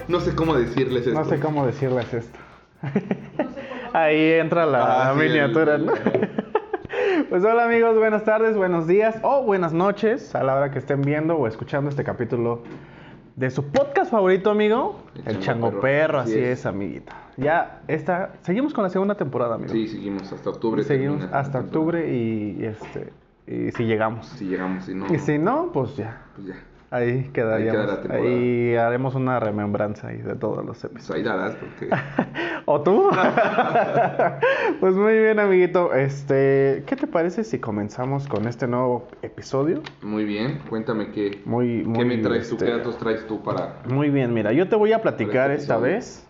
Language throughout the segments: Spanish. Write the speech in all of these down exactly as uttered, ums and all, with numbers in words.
No sé cómo decirles esto. No sé cómo decirles esto. Ahí entra la Ah, sí, miniatura, el- ¿no? Pues hola amigos, buenas tardes, buenos días o buenas noches a la hora que estén viendo o escuchando este capítulo de su podcast favorito, amigo, El El Chango Chango Perro. Perro, Así así es. es, amiguito. Ya está, seguimos con la segunda temporada, amigo. Sí, seguimos hasta octubre. Seguimos termina hasta la temporada. octubre y este y si llegamos. Si llegamos, si no, Y si no, pues ya. pues ya. Ahí quedaríamos. Ahí queda la temporada. Ahí haremos una remembranza ahí de todos los Pues episodios. ahí darás porque... ¿O tú? Pues muy bien, amiguito. Este, ¿qué te parece si comenzamos con este nuevo episodio? Muy bien, cuéntame qué, Muy, muy, qué me traes tú, este, qué datos traes tú para... Muy bien, mira, yo te voy a platicar este esta episodio. vez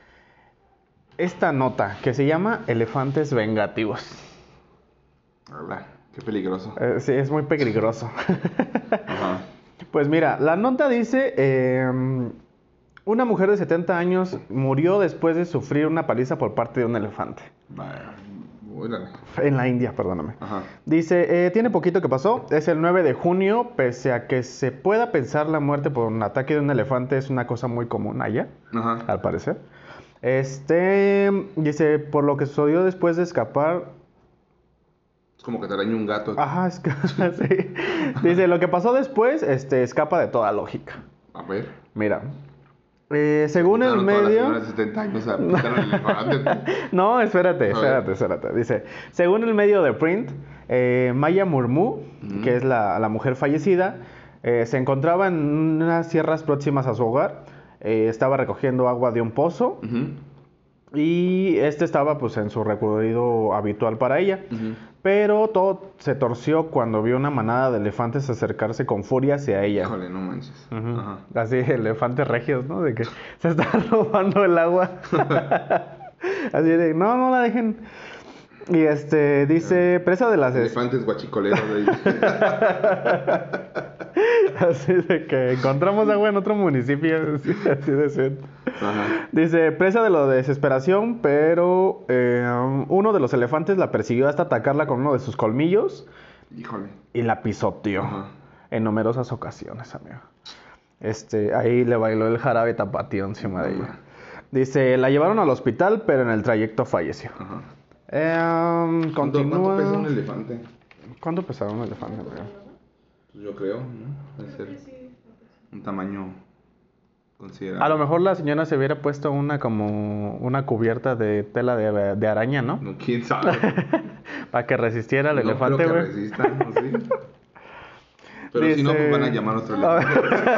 esta nota que se llama Elefantes Vengativos. Hola, qué peligroso. Eh, sí, es muy peligroso. Ajá. Pues mira, la nota dice, eh, una mujer de setenta años murió después de sufrir una paliza por parte de un elefante. Vaya, órale. En la India, perdóname. Ajá. Dice, eh, tiene poquito que pasó, es el nueve de junio, pese a que se pueda pensar la muerte por un ataque de un elefante es una cosa muy común allá, Ajá. al parecer. Este, dice, por lo que sucedió después de escapar. Es como que te araña un gato. Ajá, es que, sí. Dice, lo que pasó después, este, escapa de toda lógica. A ver. Mira, eh, según el Juntaron todas las medio... señoras de setenta años a pintar al elefante. No, espérate, A espérate, ver. espérate. Dice, según el medio de Print, eh, Maya Murmu, Ujú. que es la, la mujer fallecida, eh, se encontraba en unas sierras próximas a su hogar. Eh, estaba recogiendo agua de un pozo Ujú. y este estaba pues en su recorrido habitual para ella. Ujú. Pero todo se torció cuando vio una manada de elefantes acercarse con furia hacia ella. Híjole, no manches. Ujú. Ajá. Así, elefantes regios, ¿no? De que se está robando el agua. Así de, no, no la dejen. Y este, dice, presa de las... Elefantes guachicoleros de ahí. Así de que encontramos agua en otro municipio. Así, así de ser. Ajá. Dice, presa de la desesperación, pero eh, uno de los elefantes la persiguió hasta atacarla con uno de sus colmillos Híjole. y la pisoteó Ajá. en numerosas ocasiones, amigo. Este, ahí le bailó el jarabe tapatío encima de ella. Dice, la llevaron al hospital, pero en el trayecto falleció. Ajá. Eh, ¿Cuánto, continúa. ¿Cuánto pesa un elefante? ¿Cuánto pesaba un elefante, amigo? Pues yo creo, ¿no? Debe ser un tamaño considerable. A lo mejor la señora se hubiera puesto una como una cubierta de tela de, de araña, ¿no? No, quién sabe. Para que resistiera el No elefante, creo que güey. resistan, ¿no? Sí. Pero si no, pues van a llamar a otro elefante.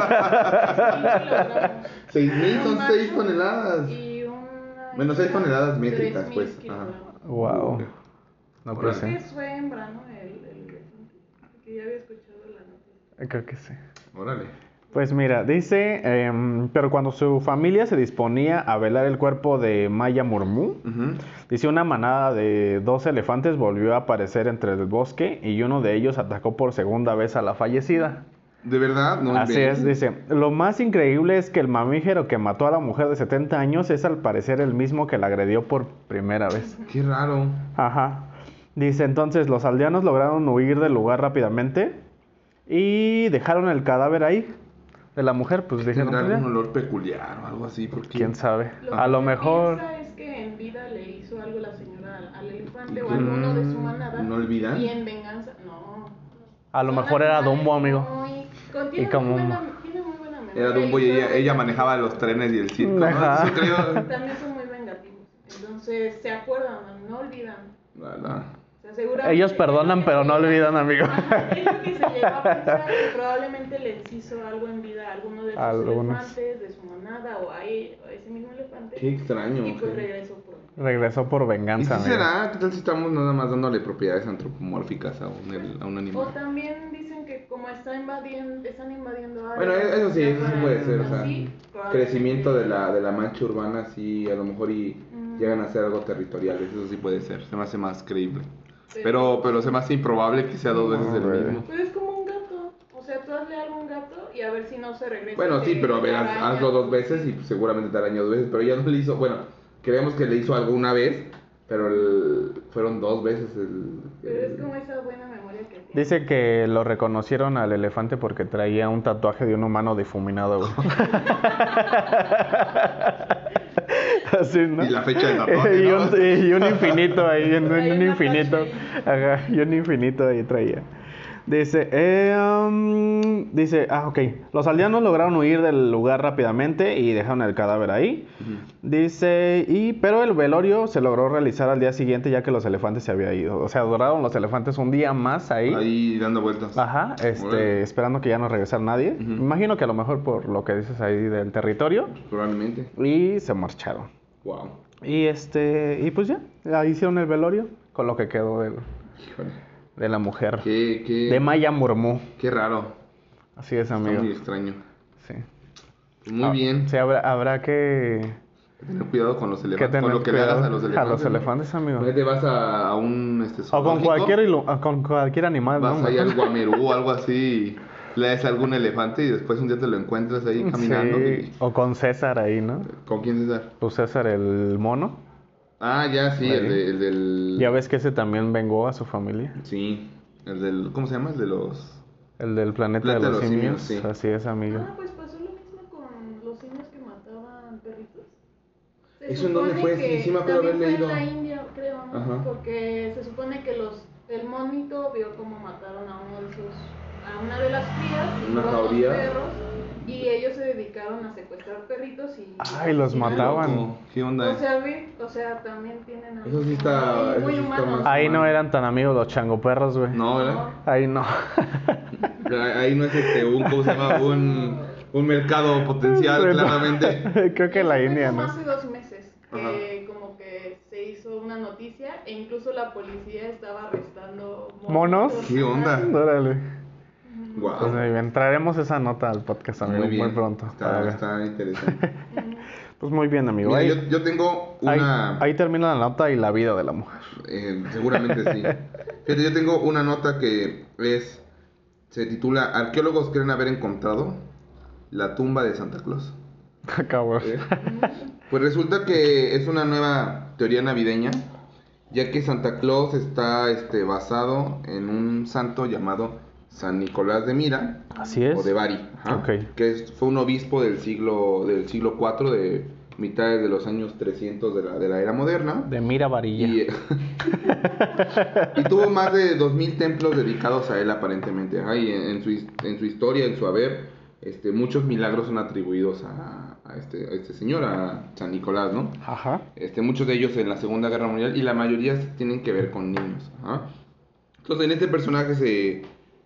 Seis mil son seis toneladas. Y una... Bueno, seis toneladas tres métricas, mil pues. kilogramos. Ajá. Wow. No, Órale. pues Creo sí. que fue hembra, ¿no? El, el elefante. Porque ya había escuchado la noticia. Creo que sí. Órale. Pues mira, dice, em, pero cuando su familia se disponía a velar el cuerpo de Maya Murmu, Ujú. dice una manada de dos elefantes volvió a aparecer entre el bosque y uno de ellos atacó por segunda vez a la fallecida. ¿De verdad? No Así inventes. es, dice, lo más increíble es que el mamífero que mató a la mujer de setenta años es al parecer el mismo que la agredió por primera vez. Qué raro. Ajá. Dice, entonces los aldeanos lograron huir del lugar rápidamente y dejaron el cadáver ahí de la mujer, pues dijeron, ¿Tendrá pues, ya. algún olor peculiar o algo así? Porque... quién sabe. Lo A que lo se mejor piensa es que en vida le hizo algo la señora al, al elefante o Mm, a alguno de su manada. ¿no olvidan? Y en venganza, no. a lo Son mejor era animales Dumbo, amigo. muy- con- tiene Y como- muy buena- tiene muy buena memoria. Era Dumbo y ella, son- ella manejaba los trenes y el circo, ¿no? Ajá. Eso creo. También son muy vengativos. Entonces se acuerdan, no olvidan. La, la. O sea, seguramente- Ellos perdonan, pero no olvidan, amigo. Ajá, es lo que se llegó a pensar, que probablemente les hizo algo en vida a alguno de sus Algunos. elefantes, de su manada o a, él- a ese mismo elefante. Qué extraño. Y pues ok. regresó por Regresó por ¿Y si venganza, amigo. será? ¿Qué tal si estamos nada más dándole propiedades antropomórficas a un, el- a un O animal? también dicen que como está invadiendo, están invadiendo áreas. Bueno, eso sí, eso sí para- puede ser, o sea, así, probablemente- crecimiento de la, de la mancha urbana, sí, a lo mejor y Mm. llegan a ser algo territorial, eso sí puede ser, se me hace más creíble. Pero- Pero, pero se me hace improbable que sea dos veces el No, güey. mismo. Pues es como un gato. O sea, tú hazle algo a un gato y a ver si no se regresa. Bueno, y sí, te- pero a ver, te haz- araña. hazlo dos veces y seguramente te arañó dos veces, pero ella no le hizo, bueno, creemos que le hizo algo una vez, pero el- fueron dos veces el... Pero es el- como esa buena memoria que tiene. Dice que lo reconocieron al elefante porque traía un tatuaje de un humano difuminado, güey. Así, ¿no? Y la fecha de tatuaje, y, ¿no? un, y un infinito ahí, un, Traía un un infinito. Apache Ajá, y un infinito ahí traía. Dice, eh, um, dice, ah, ok. Los aldeanos lograron huir del lugar rápidamente y dejaron el cadáver ahí. Ujú. Dice, y pero el velorio se logró realizar al día siguiente ya que los elefantes se habían ido. O sea, duraron los elefantes un día más ahí. Ahí dando vueltas. Ajá, este, Órale. esperando que ya no regresara nadie. Ujú. Me imagino que a lo mejor por lo que dices ahí del territorio. Probablemente. Y se marcharon. Wow. Y este, y pues ya, ahí hicieron el velorio con lo que quedó del, Híjole. de la mujer. Qué, qué, De Maya Murmú. qué raro. Así es, Está amigo. muy extraño. Sí. Pues muy Ah, bien. Sí, habrá, habrá que, Tener cuidado con los que elefantes. tener Con lo que le cuidado hagas a los elefantes. a los ¿no? elefantes, amigo. Te vas a, a un este, O con zoológico, cualquier, ilu- con cualquier animal, vas ¿no? ahí al Guamerú o algo así, y le das a algún elefante y después un día te lo encuentras ahí caminando. Sí, Y... o con César ahí, ¿no? ¿Con quién César? Pues César el mono. Ah, ya, sí, Ahí. el, de- el del... Ya ves que ese también vengó a su familia. Sí, el del... ¿Cómo se llama? El de los... El del planeta, Planeta de los, simios. sí. Así es, amigo. Ah, pues pasó lo mismo con los simios que mataban perritos. Se ¿Eso en dónde supone fue? Sí, que sí me acuerdo también haber fue leído. en la India, creo, ¿no? Ajá. Porque se supone que los el monito vio cómo mataron a uno de sus a una de las crías y Una luego a los jauría. perros y ellos se dedicaron a secuestrar perritos y Ay, los asesinar. mataban. Loco, ¿qué onda? O sea, ve, o sea, también tienen Eso sí está- muy, eso muy sí está humanos. más- Ahí no eran tan amigos los changoperros, güey. No, ¿verdad? Ahí no. Ahí no es este, un... ¿Cómo se llama? Un, un mercado potencial, Bueno, claramente. Creo que Eso la fue India, como ¿no? hace dos meses que como que se hizo una noticia e incluso la policía estaba arrestando ¿Monos? ¿Qué onda? Órale. Wow. Pues muy bien, traeremos esa nota al podcast, amigo, Muy muy, bien. pronto. A Está, ver. está interesante. Pues muy bien, amigo. Mira, ahí, yo, yo tengo ahí- una... ahí termina la nota y la vida de la mujer. Eh, seguramente sí. Fíjate, yo tengo una nota que es, se titula Arqueólogos creen haber encontrado la tumba de Santa Claus. Cabrón. ¿Eh? Pues resulta que es una nueva teoría navideña, ya que Santa Claus está este, basado en un santo llamado San Nicolás de Mira Así es. o de Bari, ajá, Ok. que es- fue un obispo del siglo del siglo cuatro, de mitades de los años trescientos de la, de la era moderna. De Mira Varilla. Y, y tuvo más de dos mil templos dedicados a él aparentemente. Ajá, y en, en su, his- en su historia, en su haber, este, muchos milagros son atribuidos a, a este, a este señor, a San Nicolás, ¿no? Ajá. Este, muchos de ellos en la Segunda Guerra Mundial y la mayoría tienen que ver con niños. Ajá. Entonces en este personaje se,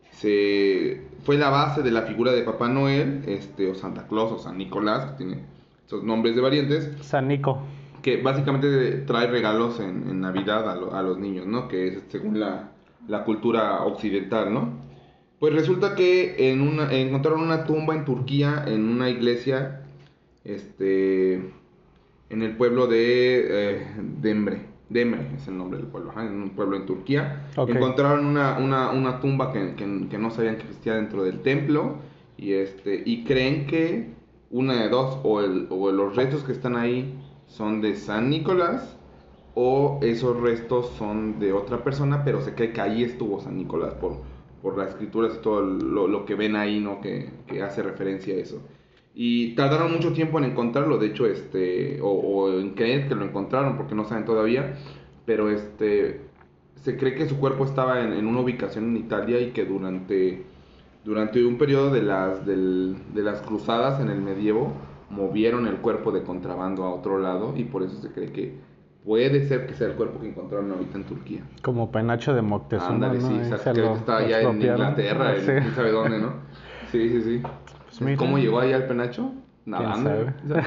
se fue la base de la figura de Papá Noel, este, o Santa Claus o San Nicolás, que tiene esos nombres de variantes, San Nico. que básicamente trae regalos en, en Navidad a, lo- a los niños, ¿no? Que es según la, la cultura occidental, ¿no? Pues resulta que en una, encontraron una tumba en Turquía, en una iglesia, este, en el pueblo de eh, Demre. Demre es el nombre del pueblo, ajá, en un pueblo en Turquía. Ok. Encontraron una, una, una tumba que, que, que no sabían que existía dentro del templo y, este, y creen que una de dos, o, el, o los restos que están ahí son de San Nicolás o esos restos son de otra persona, pero se cree que ahí estuvo San Nicolás por, por las escrituras y todo lo, lo que ven ahí, ¿no? Que, que hace referencia a eso. Y tardaron mucho tiempo en encontrarlo, de hecho, este, o, o en creer que lo encontraron, porque no saben todavía, pero este, se cree que su cuerpo estaba en, en una ubicación en Italia y que durante, durante un periodo de las, del, de las cruzadas en el medievo, movieron el cuerpo de contrabando a otro lado y por eso se cree que puede ser que sea el cuerpo que encontraron ahorita en Turquía. Como penacho de Moctezuma, Ándale, ¿no? sí, Ahí exacto, se que lo ahorita está allá en expropiaron. Inglaterra, en Sí. quién sabe dónde, ¿no? Sí, sí, sí. Pues mira. ¿Cómo llegó allá el penacho? Nadando. sabe? ¿sabes?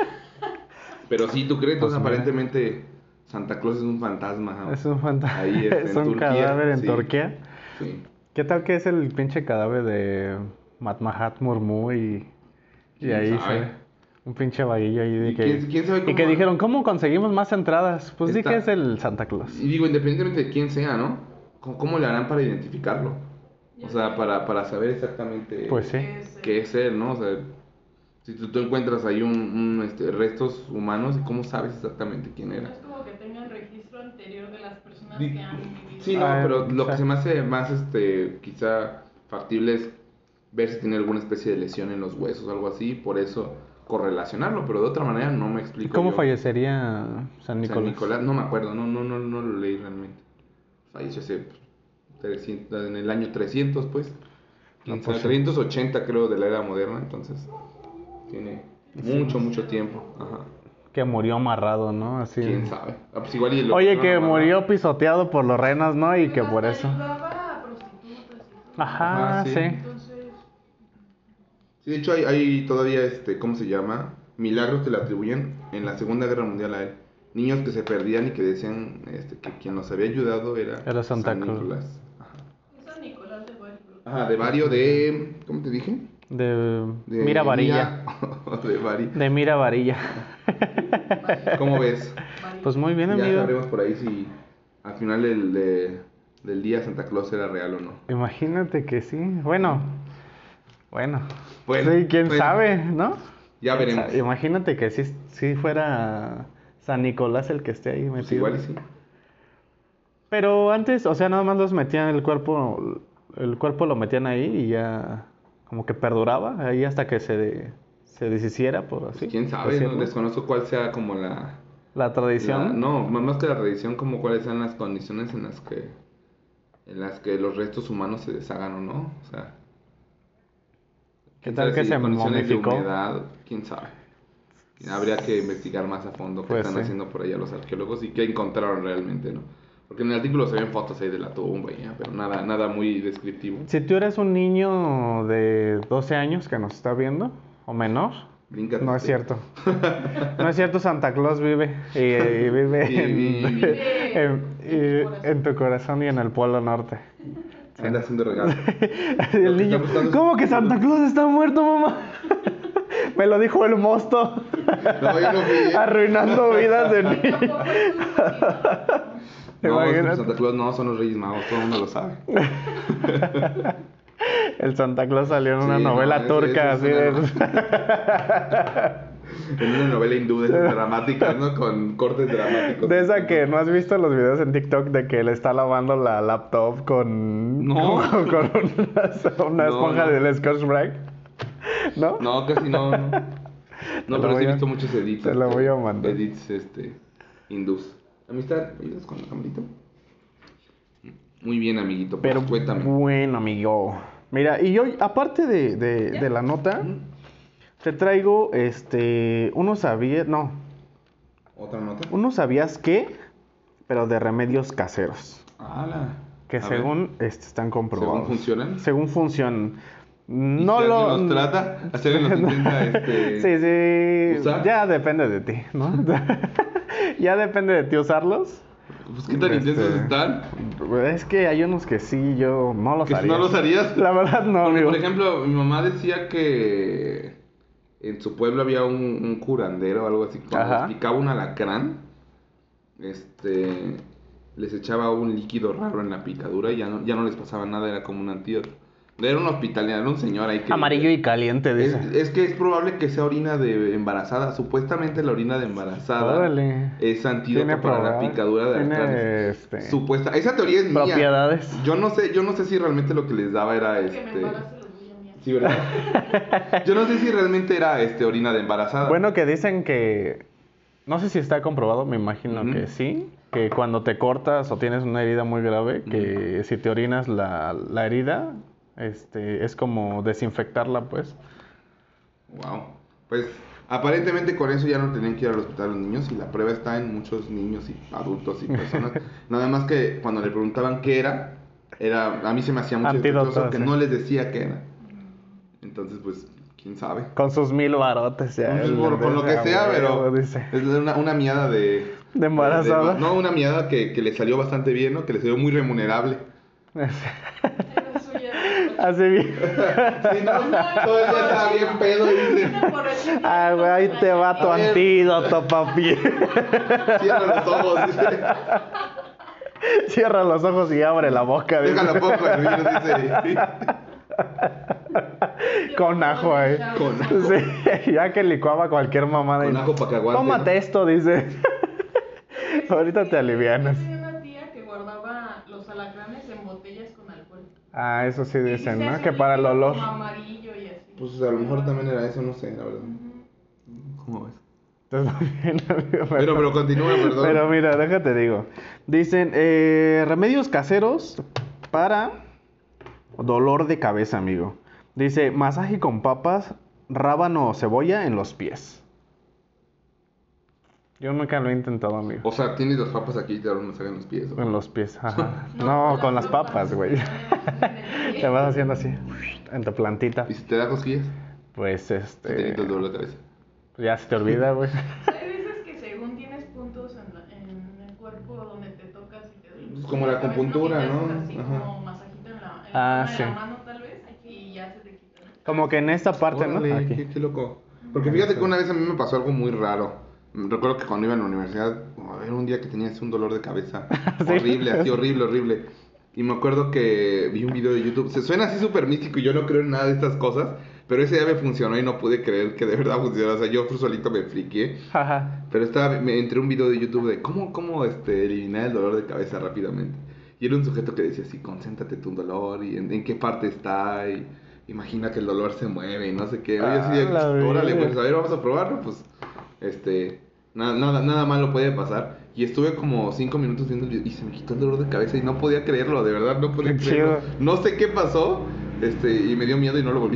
Pero sí, ¿tú crees? Pues Entonces, mira. aparentemente Santa Claus es un fantasma. ¿no? Es un fantasma. Ahí, este, Es en un Turquía, cadáver en sí. Turquía. Sí. ¿Qué tal que es el pinche cadáver de Matmahat Murmú y, y ¿Quién ahí sabe? se- un pinche vaguillo ahí de ¿Y que quién- quién sabe y que cómo- dijeron ¿cómo conseguimos más entradas? Pues di Está- que es el Santa Claus. Y digo, independientemente de quién sea, ¿no? ¿Cómo, cómo le harán para identificarlo? O sea, para, para saber exactamente Pues sí. qué es él, ¿no? O sea, si tú, tú encuentras ahí un, un, este, restos humanos, ¿cómo sabes exactamente quién No era? es como que tengan registro anterior de las personas Di- que han vivido. Sí, no, Ah, pero lo o que sea, se me hace más, este, quizá factible es ver si tiene alguna especie de lesión en los huesos o algo así, por eso correlacionarlo, pero de otra manera no me explico ¿Cómo yo. fallecería San Nicolás? San Nicolás, no me acuerdo, no, no, no, no lo leí realmente. Falleció hace trescientos, en el año trescientos, pues. No, Quién pues sabe, sí. trescientos ochenta creo de la era moderna, entonces tiene Sí. mucho, mucho tiempo. Ajá. Que murió amarrado, ¿no? Así. Quién sabe. Ah, pues igual y lo Oye, pusieron que amarrado. murió pisoteado por los renos, ¿no? Y que Pero por hasta eso. ayudaba a prostitutas y todo. Ajá, Ajá, sí. sí. Entonces, Sí, de hecho hay, hay todavía, este, ¿cómo se llama? Milagros que le atribuyen en la Segunda Guerra Mundial a él. Niños que se perdían y que decían este, que quien los había ayudado era, Era Santa San Cruz. Nicolás. Ajá. es San Nicolás de Bari. Ajá, de Vario de... ¿Cómo te dije? De, De Mira Varilla. Mira- de Vari. De Mira Varilla. ¿Cómo ves? Pues muy bien, Ya amigo. sabremos por ahí si al final del, de- del día Santa Claus era real o no. Imagínate que sí. Bueno. Bueno. Bueno, sí, quién bueno. sabe, ¿no? Ya veremos. O sea, imagínate que si, si fuera San Nicolás el que esté ahí metido. Pues igual y sí. Pero antes, o sea, nada más los metían en el cuerpo, el cuerpo lo metían ahí y ya como que perduraba ahí hasta que se, de- se deshiciera, por así Pues quién sabe, no decirlo. desconozco cuál sea como la... La tradición. la- no, más que la tradición, como cuáles sean las condiciones en las que en las que los restos humanos se deshagan o no. O sea, ¿Qué quién tal sabe que si se condiciones de momificó? humedad, quién sabe. Habría que investigar más a fondo qué Pues están sí. haciendo por allá los arqueólogos y qué encontraron realmente, ¿no? Porque en el artículo se ven fotos ahí de la tumba y ya, pero nada, nada muy descriptivo. Si tú eres un niño de doce años que nos está viendo, o menor, Bríncate no es usted. cierto. No es cierto, Santa Claus vive y, y vive Y- en, y- en- y- en tu corazón y en el Polo Norte. Anda haciendo regalos. Así el Lo que niño, está buscando es- ¿cómo que Santa Claus está muerto, mamá? Me lo dijo el mosto. No, yo no vi. Arruinando vidas de niños. tampoco es un poquito. No, es que Imagínate. Santa Claus no son los Reyes Magos, todo el mundo lo sabe. El Santa Claus salió en una Sí, no, novela ese- turca, así ese es de... En una novela hindú de esas dramáticas, ¿no? Con cortes dramáticos. De esa que no has visto los videos en TikTok de que le está lavando la laptop con... No. Con, con una, una No, esponja no. del Scotch Brite. ¿No? No, casi no. No, Te no lo pero sí voy he a- visto muchos edits. te lo este, voy a mandar. Edits, este, hindús. Amistad, ¿me ayudas con la camarita? Muy bien, amiguito. Pues, Pero cuéntame. bueno, amigo. Mira, y hoy, aparte de, de, de la nota, te traigo, este, unos sabías, no, ¿Otra nota? unos sabías qué, pero de remedios caseros, ¡Hala! que A según este, están comprobados. ¿Según funcionan? Según funcionan. ¿Y No si lo... alguien los trata? ¿Si alguien los intenta, este, Sí, sí, usar? ya depende de ti, ¿no? Ya depende de ti usarlos. Pues, ¿qué tan Este, intensos están? Es que hay unos que sí, yo no los ¿Que si haría. no los harías? La verdad no, Porque, amigo. por ejemplo, mi mamá decía que en su pueblo había un, un curandero o algo así. Cuando Ajá. les picaba un alacrán, este, les echaba un líquido raro en la picadura y ya no, ya no les pasaba nada, era como un antídoto. Era un hospital, era un señor ahí que... Amarillo y caliente, Es, dice. es que es probable que sea orina de embarazada. Supuestamente la orina de embarazada Órale. es antídoto Tiene para la probable- picadura de tiene, alacranes. este, Supuesta, esa teoría es mía. propiedades. Yo no sé, yo no sé si realmente lo que les daba era Que me este. embarace los voy a miar. Sí, ¿verdad? Yo no sé si realmente era este orina de embarazada. Bueno, que dicen que... No sé si está comprobado, me imagino Ujú. que sí. Que cuando te cortas o tienes una herida muy grave, que si te orinas la, la herida, este, es como desinfectarla, pues. Wow. Pues aparentemente con eso ya no tenían que ir al hospital los niños y la prueba está en muchos niños y adultos y personas. Nada más que cuando le preguntaban qué era, era a mí se me hacía mucho Antídoto, sospechoso que sí. no les decía qué era. Entonces, pues, quién sabe. Con sus mil barotes ya. Entonces, el- por, por lo que ah, sea, huevo, pero dice. es una, una miada de... ¿De embarazada? de- no, una miada que, que le salió bastante bien, ¿no? Que le salió muy remunerable. Era suya. Así bien. Sí, no, todo el día estaba bien pedo y dice, Ah, güey, ahí te va tu A ver. antídoto, papi. cierra los ojos, dice, Cierra los ojos y abre la boca. dice. déjalo poco hervir, dice, Con ajo ahí. con ajo, Sí, ya que licuaba cualquier mamada. con y- ajo para que aguante. Tómate ¿no? esto, dice. Ahorita te alivianas. Yo tenía una tía que guardaba los Ah, eso sí Y dicen, se ¿no? hace Que para el líquido olor. como amarillo y así. Pues a lo mejor también era eso, no sé, la verdad. Ujú. ¿Cómo ves? Entonces, bien, amigo, Pero, pero continúa, perdón. Pero mira, déjate digo. Dicen, eh, remedios caseros para dolor de cabeza, amigo. Dice, masaje con papas, rábano o cebolla en los pies. Yo nunca lo he intentado, amigo. O sea, tienes las papas aquí y te dan un masaje en los pies. ¿o? En los pies, ajá. No, No, con las papas, güey. Te vas haciendo así, en tu plantita. ¿Y si te da cosquillas? Pues Se te este. quita el dolor de cabeza. Pues ya se te olvida, güey. Hay veces que según tienes puntos en, la- en el cuerpo donde te tocas y te duele. Es como la cabeza, acupuntura, y te ¿no? haces así Ajá. como masajito en la, en Ah, la, sí. en la mano tal vez y ya se te quita. Como que en esta parte, ¿no? Órale, Aquí. Qué, qué loco. Porque fíjate que una vez a mí me pasó algo muy raro. Recuerdo que cuando iba a la universidad, era un día que tenía así un dolor de cabeza ¿Sí? horrible, así horrible, horrible. Y me acuerdo que vi un video de YouTube. Se suena así súper místico y yo no creo en nada de estas cosas. Pero ese día me funcionó y no pude creer que de verdad funcionara. O sea, yo solito me friqué. Ajá. Pero estaba, me entré un video de YouTube de cómo, cómo este, eliminar el dolor de cabeza rápidamente. Y era un sujeto que decía así, concéntrate tu dolor y en, en qué parte está y imagina que el dolor se mueve y no sé qué. Oye, así de, Ah, la órale, verga. pues a ver, vamos a probarlo, pues, este, nada, nada, nada malo puede pasar. Y estuve como cinco minutos viendo el video y se me quitó el dolor de cabeza y no podía creerlo, de verdad, no podía Qué creerlo. chido. No sé qué pasó, este, y me dio miedo y no lo volví a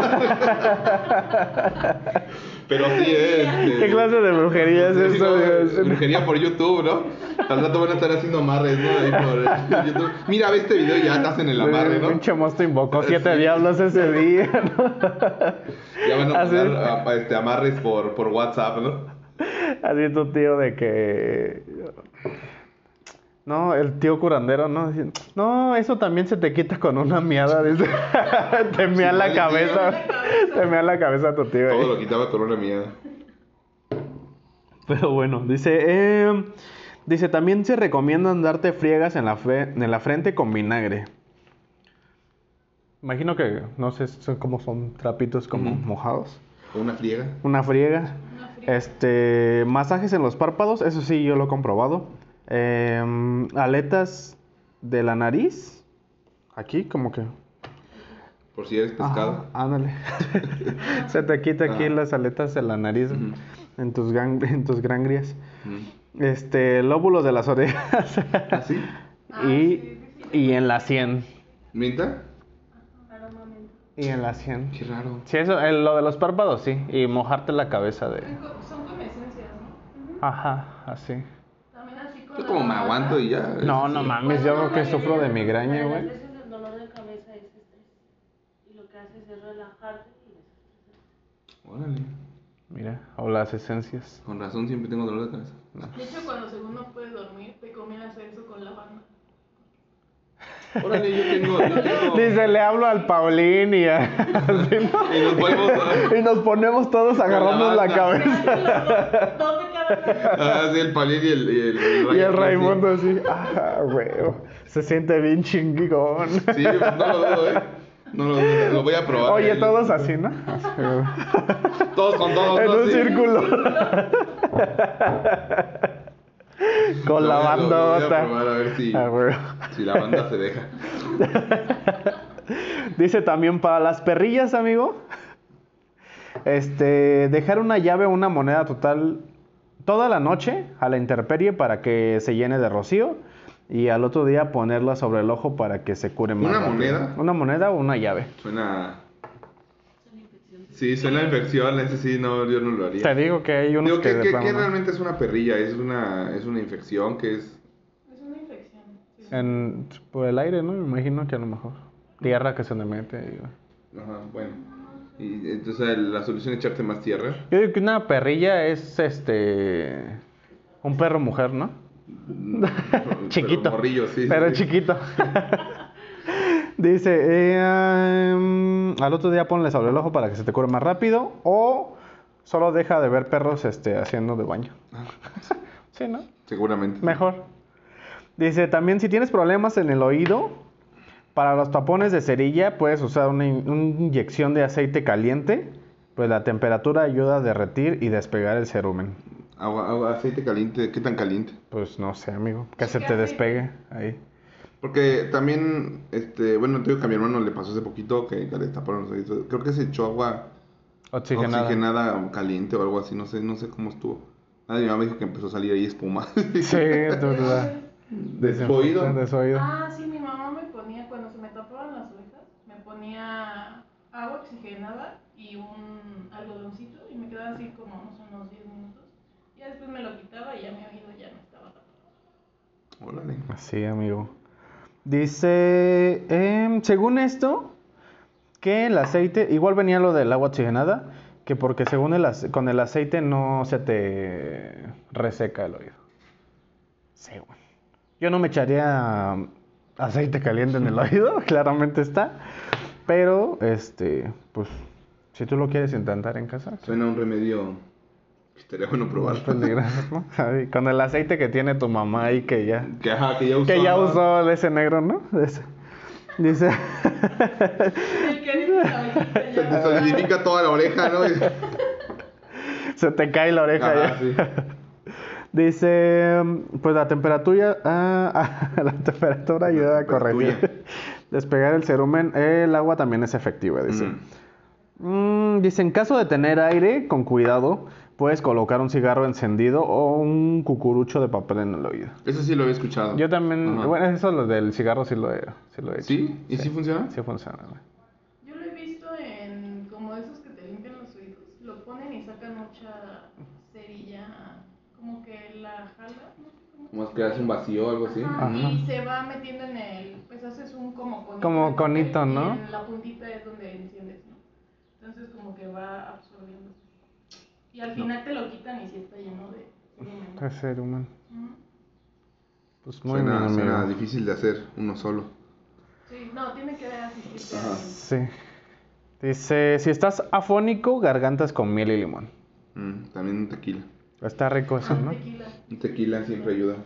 intentar. Pero sí, eh, este, ¿Qué clase de brujería es sí, eso? no, Dios? brujería por YouTube, ¿no? Al rato van a estar haciendo amarres, ¿no? Ahí por YouTube. Mira, ve este video y ya te hacen el amarre, ¿no? Pinche monstruo invocó siete Sí. diablos ese día, ¿no? Ya van a Así. mandar a- a, este, amarres por, por WhatsApp, ¿no? Así tu tío de que... No, el tío curandero, ¿no? Dice, no, eso también se te quita con una miada, dice. Te mea Sí, la sí. cabeza. Te mea la cabeza tu tío. Todo ahí. lo quitaba con una mierda. Pero bueno, dice, eh, dice, también se recomiendan darte friegas en la, fe- en la frente con vinagre. Imagino que, no sé, son como son trapitos como Ujú. mojados. O una friega. Una friega. Una friega. Este, masajes en los párpados, eso sí, yo lo he comprobado. Eh, aletas de la nariz, aquí como que... Por si eres pescado. Ajá, ándale. Se te quita aquí Ajá. las aletas de la nariz, Ujú. en tus gang- en tus gangrias. Ujú. Este, lóbulos de las orejas. ¿Ah, sí? Ah, y, sí, sí, sí. y en la sien. ¿Minta? Aromamento. Y en la sien. Qué raro. Sí, eso, el- lo de los párpados, sí. Y mojarte la cabeza de... Son co- Son con esencias, ¿no? Ujú. Ajá, así. También así con Yo la como me lavanda. aguanto y ya. No, no este, mames, yo que sufro de migraña, Las güey. veces el dolor de cabeza es estrés. Y lo que haces es relajarte y desestresarte. Órale. Mira, o las esencias. Con razón siempre tengo dolor de cabeza. No. De hecho, cuando según no puedes dormir, te conviene hacer eso con lavanda. Órale, yo tengo. Yo tengo... Dice, le hablo al Paulín y a... así, ¿no? Y nos ponemos a- Y nos ponemos todos agarrándonos la banda. cabeza. Dos de cada Ah, sí, el palín y el, y el, Y el sí. Raimundo así, ah, güey, se siente bien chingón. Sí, no lo dudo, ¿eh? No lo dudo, lo voy a probar. Oye, El- todos así, ¿no? Así, güey. Todos con todos. En ¿no? un Sí. círculo. Con Lo la voy a- lo- lo voy a bandota. probar a ver si, Ah, güey. si la banda se deja. Dice también para las perrillas, amigo. Este, dejar una llave o una moneda total toda la noche a la intemperie para que se llene de rocío y al otro día ponerla sobre el ojo para que se cure más ¿Una rápido. moneda? Una moneda o una llave. Suena. Sí, suena a infección. Ese sí, no, yo no lo haría. Te digo que hay unos Digo, que ¿qué, de qué, plano qué no. realmente es una perrilla? ¿Es una, es una infección? ¿Qué es? Es una infección. Sí. En, por el aire, ¿no? Me imagino que a lo mejor. Tierra que se le mete. y- Ajá, bueno. Y entonces la solución es echarte más tierra. Yo digo que una perrilla es este. Un perro mujer, ¿no? Chiquito. Pero morrillo, sí. Pero sí. chiquito. Dice, eh, um, al otro día ponle sobre el ojo para que se te cure más rápido. O solo deja de ver perros este, haciendo de baño. Sí, ¿no? Seguramente. Mejor. Dice, también si tienes problemas en el oído, para los tapones de cerilla puedes usar una, in- una inyección de aceite caliente. Pues la temperatura ayuda a derretir y despegar el cerumen. Agua, agua, aceite caliente. ¿Qué tan caliente? Pues no sé, amigo. Que ¿Y se qué te aceite? despegue ahí. Porque también, este, bueno, te digo que a mi hermano le pasó hace poquito que, que le taparon los oídos. Creo que se echó agua Oxigenada. oxigenada caliente o algo así, no sé, no sé cómo estuvo. Ah, mi mamá me dijo que empezó a salir ahí espuma. Sí, de verdad. De su oído. De su oído. Ah, sí, mi mamá me ponía, cuando se me tapaban las orejas, me ponía agua oxigenada y un algodoncito y me quedaba así como no sé, unos diez minutos. Y ya después me lo quitaba y ya mi oído ya no estaba tapado. Órale. Así, amigo. Dice, em, según esto, que el aceite, igual venía lo del agua oxigenada, que porque según el ace- con el aceite no se te reseca el oído. Sí, bueno. Yo no me echaría aceite caliente en el oído, claramente está. Pero, este, pues, si tú lo quieres intentar en casa, Suena un remedio que estaría bueno probar. es peligroso, ¿no? Ay, con el aceite que tiene tu mamá ahí que ya, Que, ajá, que ya usó. que ya ¿no? usó ese negro, ¿no? Ese. Dice, El que dice la orejita Se te ya. solidifica toda la oreja, ¿no? se te cae la oreja Ajá, ya. sí. Dice, pues la temperatura, ah, ah, la temperatura ayuda a corregir, Temperatura. despegar el cerumen. El agua también es efectiva, dice. Mm. Mm, dice, en caso de tener aire, con cuidado, puedes colocar un cigarro encendido o un cucurucho de papel en el oído. Eso sí lo había escuchado. Yo también, Ajá. bueno, eso lo del cigarro sí lo he, sí lo he hecho. ¿Sí? ¿Y sí funciona? Sí funciona, güey. Yo lo he visto en como esos que te limpian los oídos. Lo ponen y sacan mucha cerilla, como que la jala, no sé cómo. Como es que hace un vacío o algo así. Ajá, Ajá. y se va metiendo en el, pues haces un como conito. Como de conito, papel, ¿no? Y en la puntita es donde enciendes, ¿no? Entonces como que va absorbiendo. Y al final te lo quitan y sí está lleno de cerumen, ¿no? Es cerumen. Ujú. Pues muy Suena, bien, amigo. suena difícil de hacer uno solo. Sí, no, tiene que asistirte Ajá. a Sí. Dice, si estás afónico, gargantas con miel y limón. Mm, también un tequila. Está rico eso, ¿no? tequila. Un tequila siempre ayuda.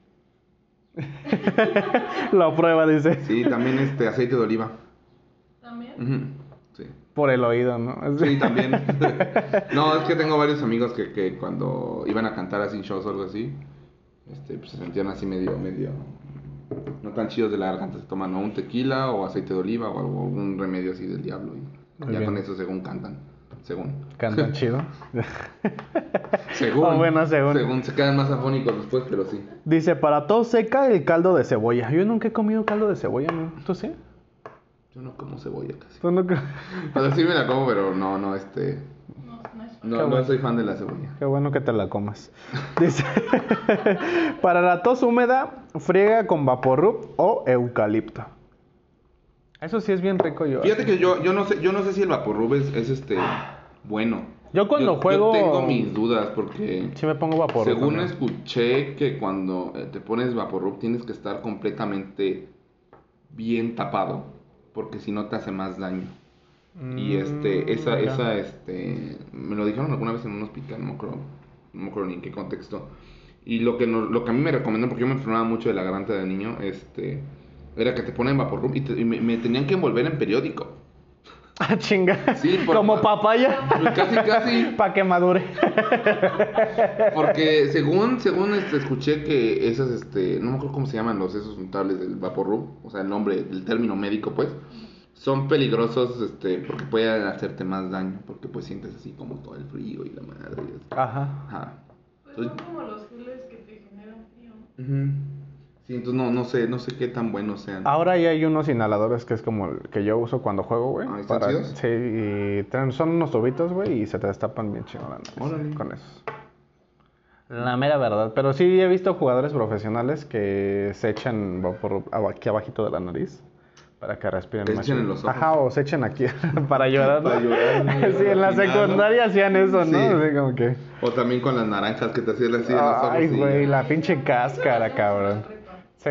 Lo prueba, dice. Sí, también este aceite de oliva. También. Ujú, sí. Por el oído, ¿no? Sí, también. No, es que tengo varios amigos que, que cuando iban a cantar así en shows o algo así, este, pues se sentían así medio, medio, no tan chidos de la garganta. Se toman o un tequila o aceite de oliva o algo, un remedio así del diablo. Y Muy ya bien. con eso según cantan. Según. Cantan chido. Según. Oh, bueno, según. Según se quedan más afónicos después, pero sí. Dice, para tos seca, el caldo de cebolla. Yo nunca he comido caldo de cebolla, ¿no? ¿Tú sí? Yo no como cebolla casi. ¿Tú nunca? O sea, sí me la como, pero no, no, este. No, no es No, Qué no bueno. soy fan de la cebolla. Qué bueno que te la comas. Dice, para la tos húmeda, friega con vaporrub o eucalipto. Eso sí es bien rico yo. Fíjate que yo, yo no sé, yo no sé si el Vaporrub es, es este bueno. Yo cuando juego- Yo tengo mis dudas porque Sí me pongo vaporrub. según también. escuché que cuando eh, te pones Vaporrub tienes que estar completamente bien tapado porque si no te hace más daño. Y este, esa, Mm, ya. esa, este, me lo dijeron alguna vez en un hospital, no me acuerdo, no me acuerdo ni en qué contexto. Y lo que, nos, lo que a mí me recomendaron, porque yo me enfermaba mucho de la garganta de niño, este, era que te ponen Vaporrub y, te- y me, me tenían que envolver en periódico. Ah, chinga. Sí, por- Como papaya. Casi, casi. Para que madure. Porque según, según este, escuché que esas, este, no me acuerdo cómo se llaman los esos untables del Vaporrub, o sea, el nombre, el término médico, pues, son peligrosos, este, porque pueden hacerte más daño, porque pues sientes así como todo el frío y la madre. y así. Ajá. Ajá. Pues son como los geles que te generan frío, ¿no? Ujú. Sí, entonces no, no sé, no sé qué tan buenos sean. Ahora ya hay unos inhaladores que es como el que yo uso cuando juego, güey. Ah, ¿están chidos? Sí, y traen- son unos tubitos, güey, y se te destapan bien chido la nariz Órale. con esos. La mera verdad. Pero sí he visto jugadores profesionales que se echan vapor aquí abajito de la nariz para que respiren Que se más echen en chido. los ojos. Ajá, o se echen aquí para llorar. ¿no? Para llorar, ¿no? Sí, en la Al final, ¿no? secundaria hacían eso, ¿no? Sí. Así como que... O también con las naranjas que te hacían así en los ojos. Ay, y- güey, la pinche cáscara, cabrón. Sí.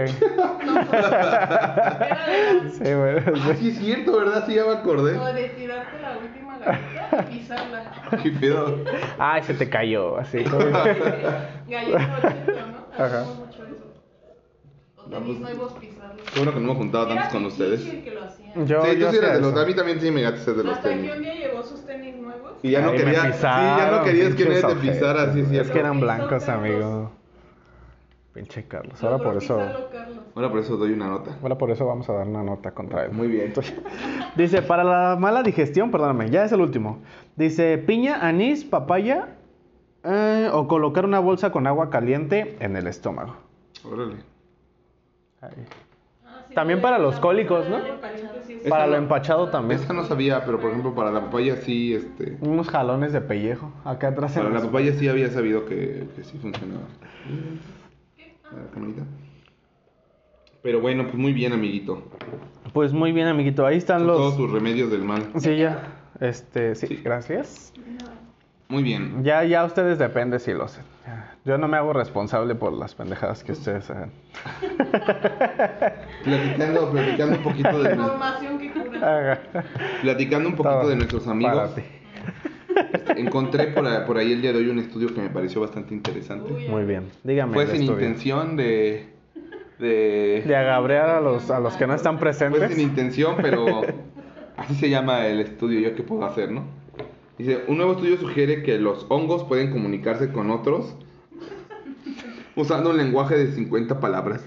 Era de Sí, güey. Ah, sí. sí es cierto, ¿verdad? Sí, ya me acordé. O de tirarte la última galleta y pisarla. Qué pedo. Ay, se te cayó, así. como- Galleta ochenta, ¿no? Ajá. Hacemos mucho eso. O No, tenis pues, nuevos pisarlos. Qué bueno que no me he juntado Era tantos con Pichichi ustedes. el que lo hacía. Yo, sí, tú yo sí eres hacía de los. eso. A mí también sí me gatas ser de los Hasta que tenis. un día llevó sus tenis nuevos. Y ya no Ay, me quería. Sí, ya no pisaron, querías que pinches nadie te pisara, ojetes, así es güey. cierto. Es que eran blancos, amigo. Pinche Carlos. Ahora por eso. Ahora por eso doy una nota. Ahora por eso vamos a dar una nota contra él. Muy bien. Dice, para la mala digestión, perdóname, ya es el último. Dice, piña, anís, papaya eh, o colocar una bolsa con agua caliente en el estómago. Órale. Ahí. También para los cólicos, ¿no? Para lo empachado también. Esta no sabía, pero por ejemplo para la papaya sí, este... Unos jalones de pellejo acá atrás. Para en la los- papaya sí había sabido que, que sí funcionaba. La camarita. Pero bueno, pues muy bien, amiguito. Pues muy bien, amiguito. Ahí están Son los... todos sus remedios del mal. Sí, ya. Este, sí, Sí. gracias. Muy bien. Ya, ya ustedes depende si lo hacen. Ya. Yo no me hago responsable por las pendejadas que ustedes hagan. Platicando, platicando un poquito de, nu- Información que cura. platicando un poquito Todo de nuestros para amigos. ti. Este, encontré por, a- por ahí el día de hoy un estudio que me pareció bastante interesante. Uy, Muy bien. Dígame. Fue el sin estudio. intención de, de, De agabrear a los, a los que no están Fue presentes. sin intención, pero así se llama el estudio. ¿Yo qué puedo hacer, no? Dice, un nuevo estudio sugiere que los hongos pueden comunicarse con otros usando un lenguaje de cincuenta palabras.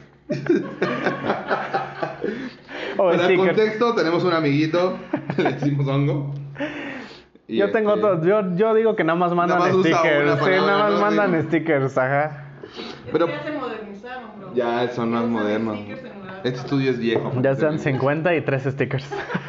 O Para stickers. contexto, tenemos un amiguito, le decimos hongo. Y Yo tengo este, otros. Yo, yo digo que nada más mandan Nada más usa stickers. una Sí, palabra, nada más ¿no? mandan Sí. stickers, ajá. Pero- Pero ya se modernizaron, bro. Ya son más Ya usan modernos. stickers en lugar de Este estudio es viejo. Ya sean cincuenta y tres stickers.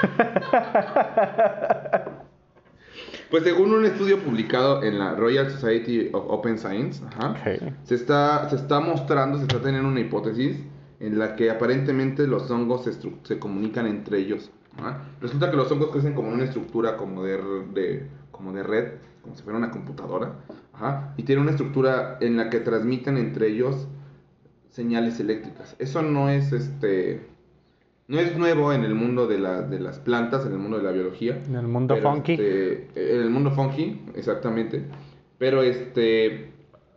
Pues según un estudio publicado en la Royal Society of Open Science, ajá, Ok. se, está, se está mostrando, se está teniendo una hipótesis en la que aparentemente los hongos se, estru- se comunican entre ellos. Ajá. Resulta que los hongos crecen como en una estructura como de, r- de, como de red, como si fuera una computadora, ajá, y tienen una estructura en la que transmiten entre ellos señales eléctricas. Eso no es este... No es nuevo en el mundo de, la, de las plantas, en el mundo de la biología. En el mundo Pero, funky. este, en el mundo funky, exactamente. Pero este.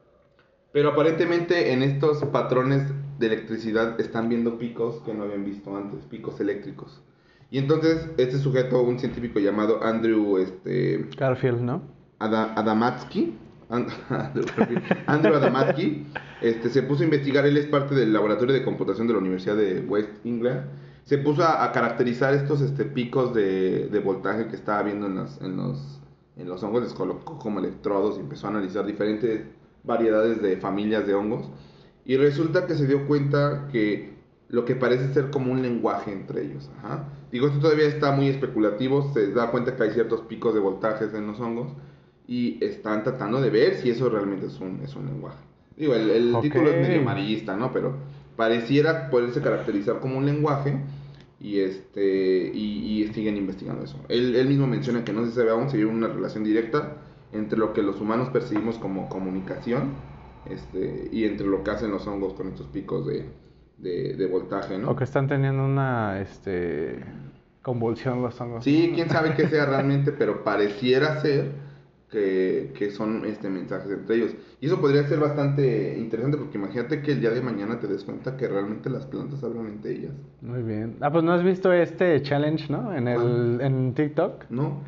Pero aparentemente en estos patrones de electricidad están viendo picos que no habían visto antes, picos eléctricos. Y entonces este sujeto, un científico llamado Andrew este, Garfield, ¿no? Ada- Adamatsky, And- Andrew Adamatsky, este, se puso a investigar. Él es parte del laboratorio de computación de la Universidad de West England. Se puso a, a caracterizar estos este, picos de, de voltaje que estaba viendo en los, en los, en los hongos. Les colocó como electrodos y empezó a analizar diferentes variedades de familias de hongos. Y resulta que se dio cuenta que lo que parece ser como un lenguaje entre ellos. Ajá. Digo, esto todavía está muy especulativo. Se da cuenta que hay ciertos picos de voltajes en los hongos. Y están tratando de ver si eso realmente es un, es un lenguaje. Digo, el, el Ok. título es medio amarillista, ¿no? Pero pareciera poderse caracterizar como un lenguaje. Y este y, y siguen investigando eso. Él, él mismo menciona que no se sabe aún si hay una relación directa entre lo que los humanos percibimos como comunicación este, y entre lo que hacen los hongos con estos picos de, de, de voltaje, ¿no? O que están teniendo una este convulsión los hongos. Sí, quién sabe qué sea realmente, pero pareciera ser que, que son este, mensajes entre ellos. Y eso podría ser bastante interesante porque imagínate que el día de mañana te des cuenta que realmente las plantas hablan entre ellas. Muy bien. Ah, pues no has visto este challenge, ¿no? En el en TikTok, ¿No?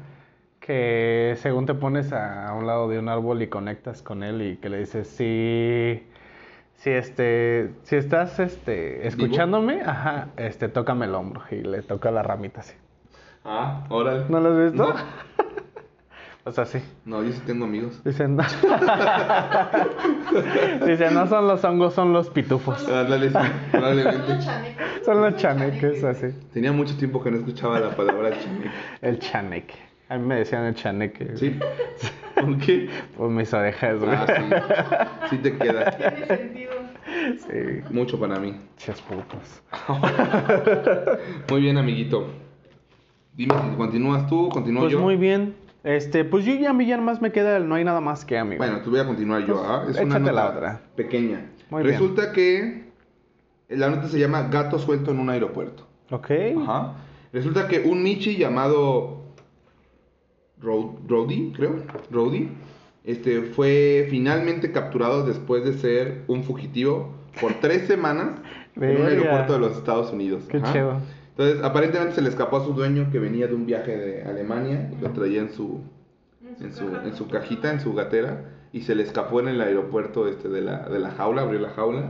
que según te pones a, a un lado de un árbol y conectas con él y que le dices si si este si estás este escuchándome, ajá, este tócame el hombro y le toca la ramita así. Ah, órale. ¿No lo has visto? No. O sea, sí. No, yo sí tengo amigos. Dicen, no. Dice, no son los hongos, son los pitufos. Ándale, sí, Son probablemente. los chaneques. Son los chaneques, así. Tenía mucho tiempo que no escuchaba la palabra chaneque. El chaneque. A mí me decían el chaneque. ¿Sí? ¿Por qué? Por mis orejas, güey. Ah, sí. Sí te queda. Tiene sentido. Sí. Mucho para mí. Ches putos. Muy bien, amiguito. Dime si continúas tú, continúo Pues yo. muy bien. Este, pues yo ya a mí ya más me queda, el no hay nada más que amigo. Bueno, te voy a continuar yo. Pues, ¿ah? Es una échate la nota otra. pequeña. Muy bien. Resulta que la nota se llama Gato suelto en un aeropuerto. Ok. Ajá. Resulta que un Michi llamado Ro- Rowdy, creo, Rowdy, este, fue finalmente capturado después de ser un fugitivo por tres semanas en un Verga. aeropuerto de los Estados Unidos. Qué Ajá. chido. Entonces, aparentemente se le escapó a su dueño que venía de un viaje de Alemania y lo traía en su, en su, en su cajita, en su gatera, y se le escapó en el aeropuerto este de la, de la jaula, abrió la jaula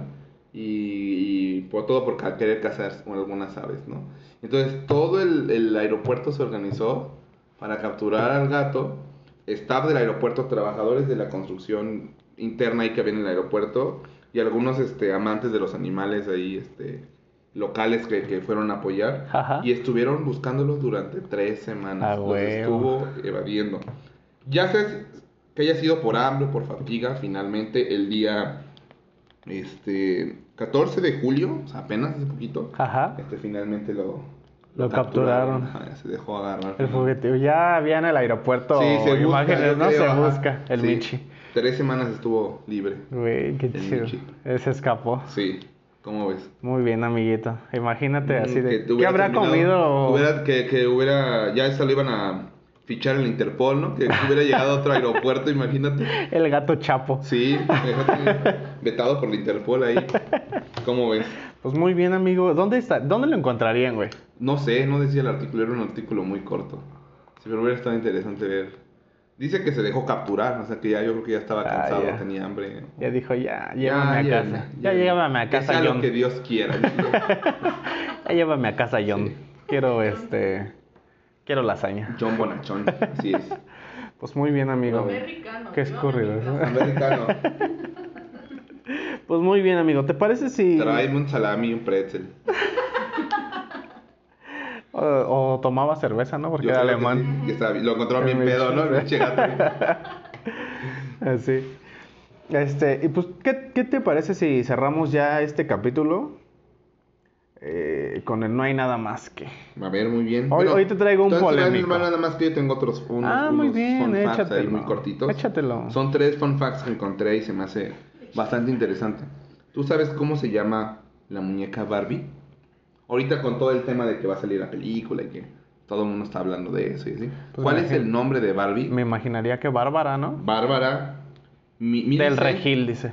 y, y por todo por ca- querer cazar algunas aves, ¿no? Entonces todo el, el aeropuerto se organizó para capturar al gato, staff del aeropuerto, trabajadores de la construcción interna ahí que había en el aeropuerto y algunos este, amantes de los animales ahí este, locales que, que fueron a apoyar Ajá. y estuvieron buscándolos durante tres semanas. Ah, Los huevo. estuvo evadiendo. Ya sea que haya sido por hambre o por fatiga, finalmente el día este, catorce de julio, o sea, apenas hace poquito, Ajá. este, finalmente lo, Lo capturaron. Ajá, se dejó agarrar. El fugitivo. Ya había en el aeropuerto Sí, se busca, imágenes, yo ¿no? creo, Se ajá. busca el Sí, Michi. Tres semanas estuvo libre. Güey, qué El chido. Michi. Él se escapó. Sí, ¿cómo ves? Muy bien, amiguito. Imagínate así Mm, de... te ¿Qué hubiera habrá terminado- comido? Que hubiera, que, que hubiera, ya eso lo iban a fichar en el Interpol, ¿no? Que hubiera llegado a otro aeropuerto, imagínate. El gato Chapo. Sí, fíjate, vetado por el Interpol ahí. ¿Cómo ves? Pues muy bien, amigo. ¿Dónde está? ¿Dónde lo encontrarían, güey? No sé, no decía el artículo, era un artículo muy corto. Sí, pero hubiera estado interesante ver. Dice que se dejó capturar, o sea que ya yo creo que ya estaba Ah, cansado, ya. tenía hambre. Ya dijo, ya, Ya, llévame a llévenme, casa. Ya llévenme. llévame a Que casa, sea John. lo que Dios quiera. Ya llévame a casa, John. Sí. Quiero, este... Quiero lasaña. John Bonachón, así es. Pues muy bien, amigo. Americano. Qué llévame a mi escurrido. casa. Americano. Pues muy bien, amigo. ¿Te parece si... Tráeme un salami y un pretzel. O, o tomaba cerveza, ¿no? Porque Yo era creo que alemán. sí, y estaba- lo encontraron El bien pedo, ¿no? El Michi. pinche gato. Así. Este, y pues, ¿qué, qué te parece si cerramos ya este capítulo eh, con el no hay nada más que? A ver, muy bien. Hoy- hoy te traigo un entonces, polémico. Nada más que yo tengo otros unos, Ah, muy unos bien, fun facts ahí échatelo. muy cortitos. Échatelo. Son tres fun facts que encontré y se me hace bastante interesante. ¿Tú sabes cómo se llama la muñeca Barbie? Ahorita con todo el tema de que va a salir la película y que todo el mundo está hablando de eso y así. Pues ¿Cuál me es imagino- el nombre de Barbie? Me imaginaría que Bárbara, ¿no? Bárbara Mi- Del Millicent- Regil, dice.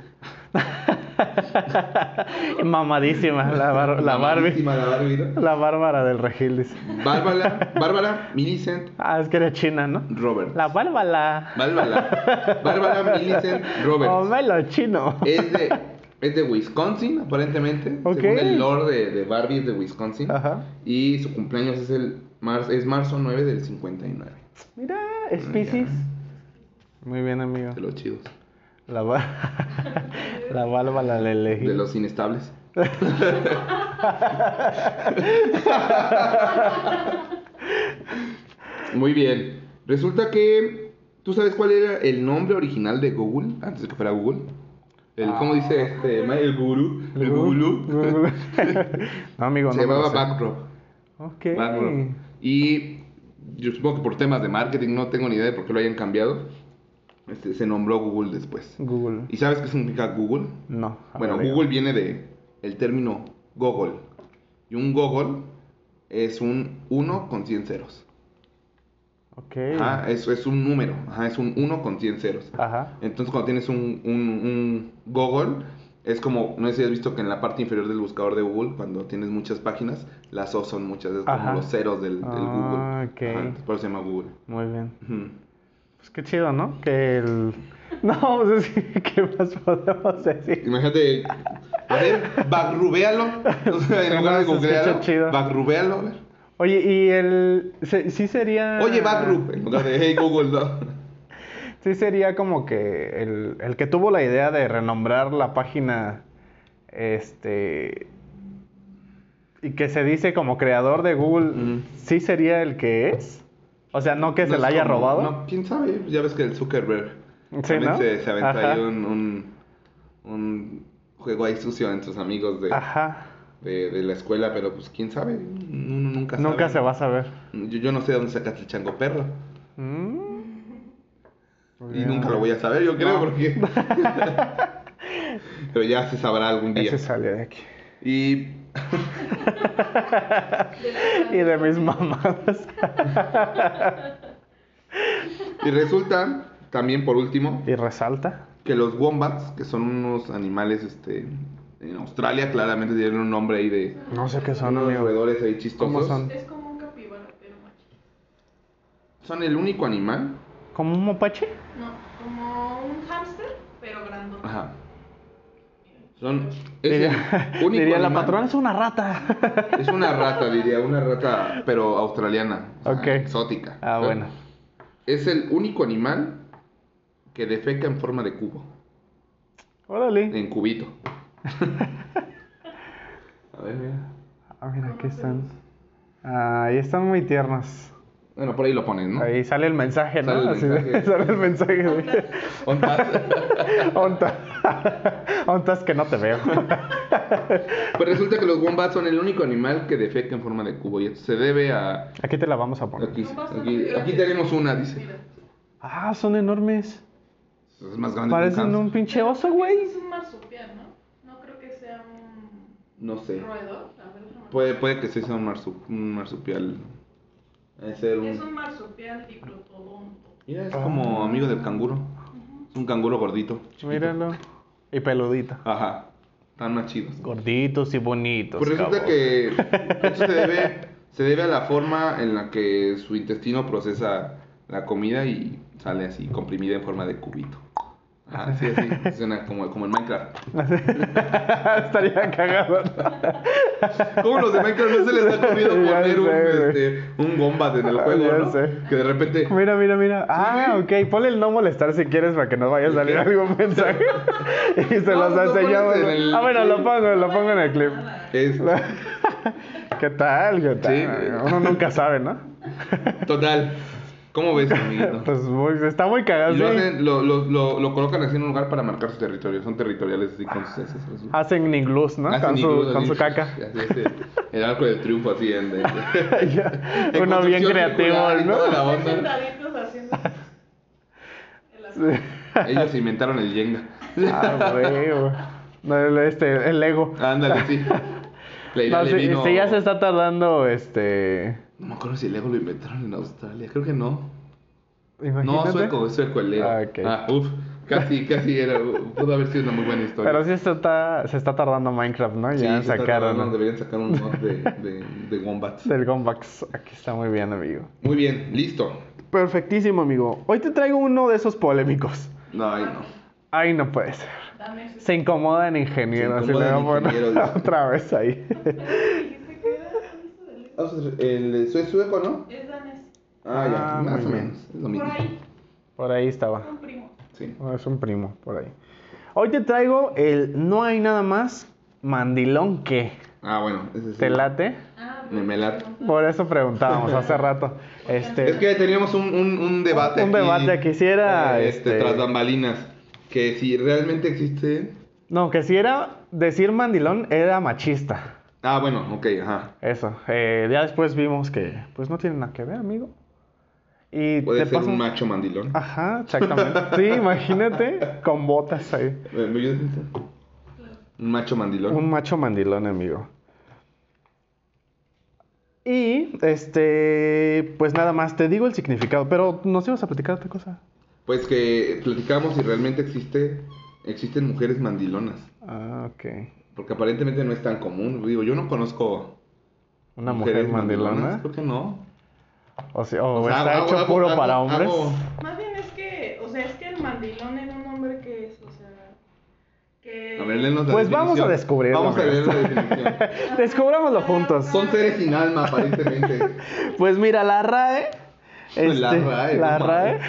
Mamadísima, la, bar- la Barbie. Mamadísima la Barbie, ¿no? La Bárbara del Regil, dice. Bárbara, Bárbara Millicent Ah, es que era china, ¿no? Roberts. La Bárbara. Bárbara. Bárbara Millicent Roberts. Homelo chino. Es de, es de Wisconsin, aparentemente. Ok. Según el lore de, de Barbie, es de Wisconsin. Ajá. Y su cumpleaños es el mar- es marzo nueve del cincuenta y nueve. Mira, es Piscis. Muy bien, amigo. De los chidos. La, ba- la Bárbara del Regil. De los inestables. Muy bien. Resulta que... ¿Tú sabes cuál era el nombre original de Google? Antes de que fuera Google. El, ¿Cómo dice este? ma- El gurú. El gurú. No, amigo, Se no me lo llamaba sé. Backdrop. Ok. Backdrop. Y yo supongo que por temas de marketing, no tengo ni idea de por qué lo hayan cambiado. Este, se nombró Google después. Google. ¿Y sabes qué significa Google? No. a Bueno, ver, Google viene de el término Google. Y un Google es un uno con cien ceros. Ok. Ajá, es, es un número. Ajá, es un uno con cien ceros. Ajá. Entonces, cuando tienes un, un, un Google, es como, no sé si has visto que en la parte inferior del buscador de Google, cuando tienes muchas páginas, las O son muchas, es como Ajá. los ceros del, del Ah, Google. ok. Ajá, entonces por eso se llama Google. Muy bien. Ujú. Pues qué chido, ¿no? Que el... No, pues es que, ¿qué más podemos decir? Imagínate, a ver, backrubealo. O sea, en lugar de Se escucha googlearlo, chido. backrubealo, a ver. Oye, y el... se- Sí sería... Oye, backrub, en lugar de hey Google, no. Sí sería como que el, el que tuvo la idea de renombrar la página, este... Y que se dice como creador de Google, Ujú. ¿sí sería el que es? O sea, no que No se es la haya como- robado. No, quién sabe, ya ves que el Zuckerberg Sí, también ¿no? se, se aventó Ajá. ahí un, un, un juego ahí sucio entre sus amigos de, Ajá. de, de la escuela, pero pues quién sabe, uno nunca sabe. Nunca se va a saber. Yo, yo no sé de dónde sacaste el chango perro. Mm. Y nunca lo voy a saber, yo creo, No. porque... Pero ya se sabrá algún día. Ese salió de aquí. Y... Y de mis mamadas. y resulta, también por último, Y resalta. que los wombats, que son unos animales, este... En Australia, claramente tienen un nombre ahí de... No sé qué son, unos amigo. roedores ahí chistosos. ¿Cómo son? Es como un capibara, pero macho. Son el único animal. ¿Como un mapache? No, como un hámster, pero grandote. Ajá. Son, es Diría, el único diría la animal- patrona es una rata. Es una rata, diría, una rata, pero australiana, o sea, Ok. exótica. Ah, bueno. Es el único animal que defeca en forma de cubo, Órale. en cubito. A ver, mira. Ah, mira, aquí están. Ah, ahí están muy tiernos. Bueno, por ahí lo ponen, ¿no? Ahí sale el mensaje, ¿no? Sale el Así de- mensaje. sale el mensaje. de- Ontas. Onta. Ontas que no te veo. Pues resulta que los wombats son el único animal que defeca en forma de cubo y esto se debe a... Aquí te la vamos a poner. Aquí, aquí, aquí tenemos una, dice. Mira. Ah, son enormes. Es más grande Parecen que un un hámster. pinche oso, Ese güey. es un marsupial, ¿no? No creo que sea un No sé. roedor. A ver, déjame- Puede, puede que sí sea un, marsu, un marsupial. Debe ser Es un... un marsupial diplodonto. Mira, es Ah. como amigo del canguro. Es un canguro gordito. chiquito. Míralo. Y peludito. Ajá. Están más chidos. Gorditos y bonitos. Pues resulta cabrón. que esto se debe, se debe a la forma en la que su intestino procesa la comida y sale así comprimida en forma de cubito. Ajá, sí, así, suena como, como en Minecraft. Estaría cagado. ¿Cómo los de Minecraft no se les ha ocurrido Ya poner un, sé, güey. este, un Gombat en el juego, Ya ¿no? sé. Que de repente... Mira, mira, mira. Ah, ok. Ponle el no molestar si quieres para que no vaya a salir ¿Qué? algún mensaje. Y se No, los no enseñamos. pones en el Ah, bueno, lo clip. pongo, lo pongo en el clip. Es, ¿Qué tal? ¿Qué tal? Sí, güey. Uno nunca sabe, ¿no? total. ¿Cómo ves, amiguito? Pues muy- está muy cagado. Y lo, sí. hacen, lo, lo, lo, lo colocan así en un lugar para marcar su territorio. Son territoriales así con sus heces. así. Hacen iglús, ¿no? Hacen Con su, iglús, con así, su caca. Así es el, el arco del triunfo así en, de, Ya. en Uno bien construcción creativo, circular y ¿no? toda la Están onda. sentaditos haciendo el Sí. asado. Ellos inventaron el Jenga. Ah, güey. güey. No, el- Este, el Lego. Ándale, sí. La idea No, le sí, vino... sí, ya se está tardando, este... No me acuerdo si el Lego lo inventaron en Australia. Creo que no. Imagínate. No, sueco, es sueco el Lego. Ah, ok. Ah, uf. Casi, casi era... Pudo haber sido una muy buena historia. Pero sí se está, se está tardando Minecraft, ¿no? Sí, Ya se está sacaron tardando, deberían sacar un mod de, de, de Wombats. del Gombax. Aquí está muy bien, amigo. Muy bien, listo. Perfectísimo, amigo. Hoy te traigo uno de esos polémicos. No, ay, no. Ay, no puede ser. Dame ese. Se incomoda en ingeniero. Se Si le incomoda voy a en poner ingeniero, dice. otra vez ahí. Dijiste que era esto del libro. Vamos a hacer- el soy sueco, ¿no? Es danés. Ah, ya, Ah, más muy o bien. menos. Es lo mismo. Por ahí, Por ahí estaba. un primo. Sí. No, es un primo, por ahí. Hoy te traigo el no hay nada más mandilón que. Ah, bueno, ese sí. ¿Te late? Ah, Me- me late. Por eso preguntábamos hace rato. Este, Es que teníamos un, un, un debate Un aquí. debate, quisiera, eh, Este, este- tras bambalinas. Que si realmente existe... No, que si era decir mandilón era machista. Ah, bueno, ok, ajá. Eso. Eh, ya después vimos que pues no tiene nada que ver, amigo. Y Puede te ser paso- un macho mandilón. Ajá, exactamente. Sí, imagínate con botas ahí. Eh, ¿me ayudas? Un macho mandilón. Un macho mandilón, amigo. Y, este, pues nada más, te digo el significado, pero nos ibas a platicar otra cosa. Pues que platicamos si realmente existe, existen mujeres mandilonas. Ah, ok. Porque aparentemente no es tan común. Digo, yo no conozco ¿Una mujer mujeres mandilona? mandilonas. Creo que no. O sea, o O sea, está hago- hecho hago- puro hago- para hombres. hago- Más bien es que, o sea, es que el mandilón en un hombre que es, o sea, que... A ver, léenos la Pues vamos definición. a descubrirlo, Vamos a leer amigo. la definición. Descubrámoslo juntos. Son seres sin alma, aparentemente. Pues mira, la RAE. La este, RAE, La no RAE.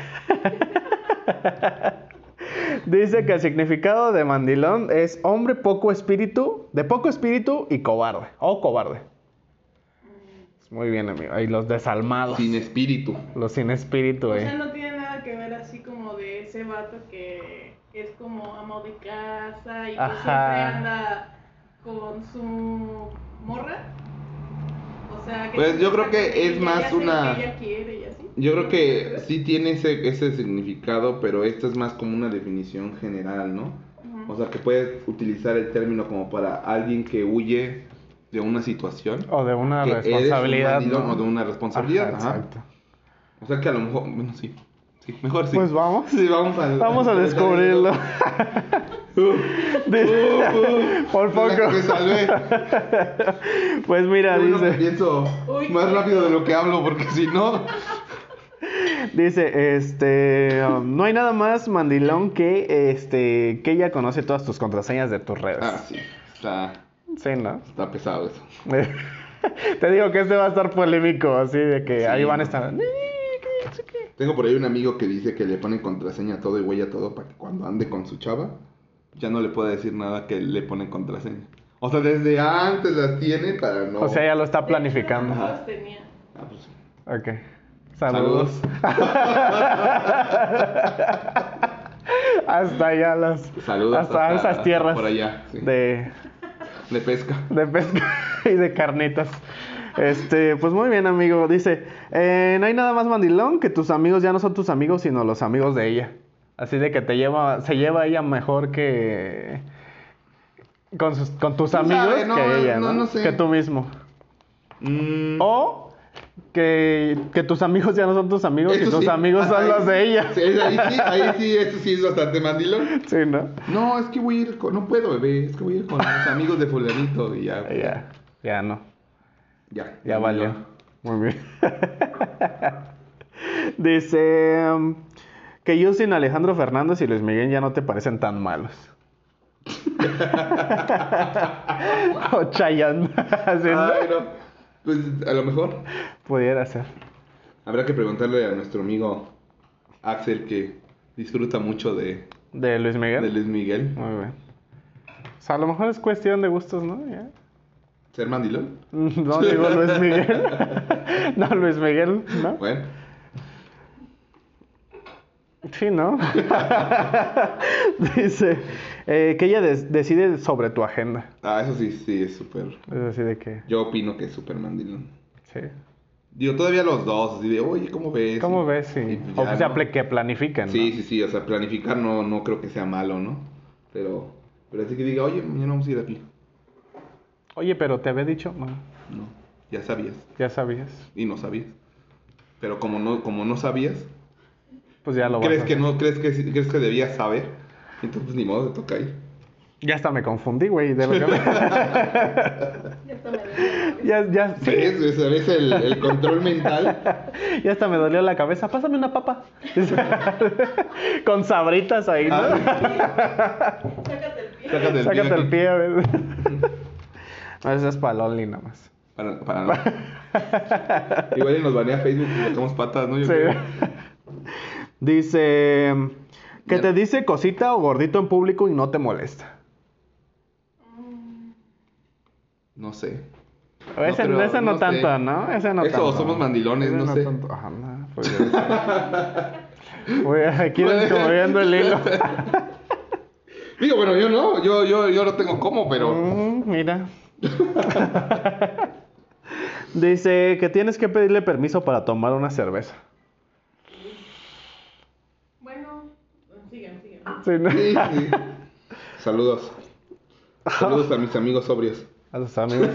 Dice que el significado de mandilón es hombre poco espíritu, de poco espíritu y cobarde. O cobarde. Muy bien, amigo. Ahí los desalmados. Sin espíritu. Los sin espíritu, O eh. sea, no tiene nada que ver así como de ese vato que es como amo de casa y que Ajá. siempre anda con su morra. O sea, que Pues siempre yo creo está que con es ella, más ya hace lo una- que ella quiere y así. Yo creo que sí tiene ese, ese significado, pero esto es más como una definición general, ¿no? Ujú. O sea, que puedes utilizar el término como para alguien que huye de una situación. O de una que eres un responsabilidad. mandilón ¿no? o de una responsabilidad. Ajá, Ajá. exacto. O sea que a lo mejor, bueno, sí. Sí, mejor sí. Pues vamos. Sí, vamos a, Vamos a descubrirlo. Dice- Por poco. La que me salvé. Pues mira, Yo no me dice. pienso Uy, más qué- rápido de lo que hablo, porque si no. Dice, este, um, no hay nada más mandilón que, este, que ella conoce todas tus contraseñas de tus redes. Ah, sí. Está, Sí, ¿no? está pesado eso. Te digo que este va a estar polémico, así de que Sí, ahí van a no. estar. Tengo por ahí un amigo que dice que le pone contraseña a todo y huella a todo para que cuando ande con su chava ya no le pueda decir nada que le pone contraseña. O sea, desde antes las tiene para no... O sea, ya lo está planificando. De hecho, los tenía. Ah, pues sí. Ok. Saludos. Hasta allá las. Saludos hasta, hasta- esas hasta tierras. por allá, sí. De, De pesca. de pesca y de carnitas. Este, pues muy bien, amigo. Dice, eh, no hay nada más mandilón que tus amigos ya no son tus amigos, sino los amigos de ella. Así de que te lleva, se lleva ella mejor que con, sus- con tus ¿Quién amigos sabe? No, que ella, no, ¿no? no sé. Que tú mismo. Mm, O que, que tus amigos ya no son tus amigos y eso tus sí. amigos son Ahí los de sí. ella. Sí, ahí sí, ahí sí, eso sí es bastante mandilón. Sí, ¿no? No, es que voy a ir con... No puedo, bebé. Es que voy a ir con los amigos de fulanito y ya. pues, Ya, ya no. Ya. Ya valió. Muy bien. Dice um, que Justin, Alejandro Fernández y Luis Miguel ya no te parecen tan malos. O Chayanne. Así, ¿no? Ay, no. Pues a lo mejor Pudiera ser. habrá que preguntarle a nuestro amigo Axel que disfruta mucho de, ¿De Luis Miguel? de Luis Miguel. Muy bien. O sea, a lo mejor es cuestión de gustos, ¿no? Ya. ¿Ser mandilón? No digo Luis Miguel. No, Luis Miguel, ¿no? Bueno. Sí, ¿no? Dice eh, que ella des- decide sobre tu agenda. Ah, eso sí, sí, es súper... Es así de que, Yo opino que es súper mandilón. sí. Digo, todavía los dos, así de, oye, ¿cómo ves? ¿Cómo Y- ves? Sí. y pues O ya, sea, ¿no? ple- que planifiquen, ¿no? Sí, sí, sí, o sea, planificar no, no creo que sea malo, ¿no? Pero, pero así que diga, oye, mañana vamos a ir aquí. Oye, pero te había dicho, no, No, ya sabías. ya sabías. Y no sabías. Pero como no, como no sabías, Pues ya lo vas ¿crees a que hacer. no, crees que, sí- crees que debías saber? Entonces, pues, ni modo, te toca ir. Ya hasta me confundí, güey. De lo que me- Ya hasta me duele la cabeza. ya, ya, sí. ¿Ves? ¿Ves? ¿Ves el, el control mental? Ya hasta me dolió la cabeza. Pásame una papa. Con sabritas ahí, ¿no? Ah, Sácate el pie. sácate el Sácate pie. el pie, a ver. No, eso es para Loli nada más. Para, para no. Igual y nos banea Facebook y sacamos patas, ¿no? Yo Sí. creo. Dice que Ya. te dice cosita o gordito en público y no te molesta. Mm, No sé. O ese pero ese no, no sé. tanto, ¿no? Ese no Eso, tanto. somos mandilones, Ese no sé. tanto. Ajá, no, pues ya. Güey, aquí descubriendo el hilo. Digo, bueno, yo no, yo, yo, yo lo tengo como, pero... Mm, mira. Dice que tienes que pedirle permiso para tomar una cerveza. bueno, sigan, sigan. Sí, ¿no? Sí, sí. Saludos. Saludos a mis amigos sobrios. A sus amigos.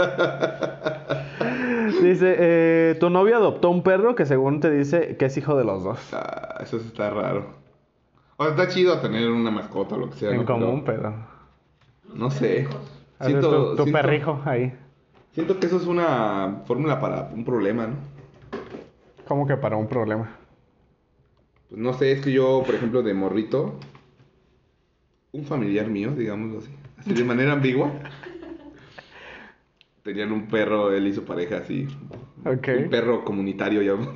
Dice, eh, tu novio adoptó un perro que según te dice que es hijo de los dos. Ah, eso sí está raro. O sea, está chido tener una mascota o lo que sea. En ¿no? común, Pero, pero... no sé. Haces Siento, tu, tu siento- perrijo ahí. Siento que eso es una fórmula para un problema, ¿no? Como que para un problema. Pues no sé, es que yo, por ejemplo, de morrito, un familiar mío, digámoslo así, así de manera ambigua, tenían un perro, él y su pareja, así, Ok. un perro comunitario, digamos.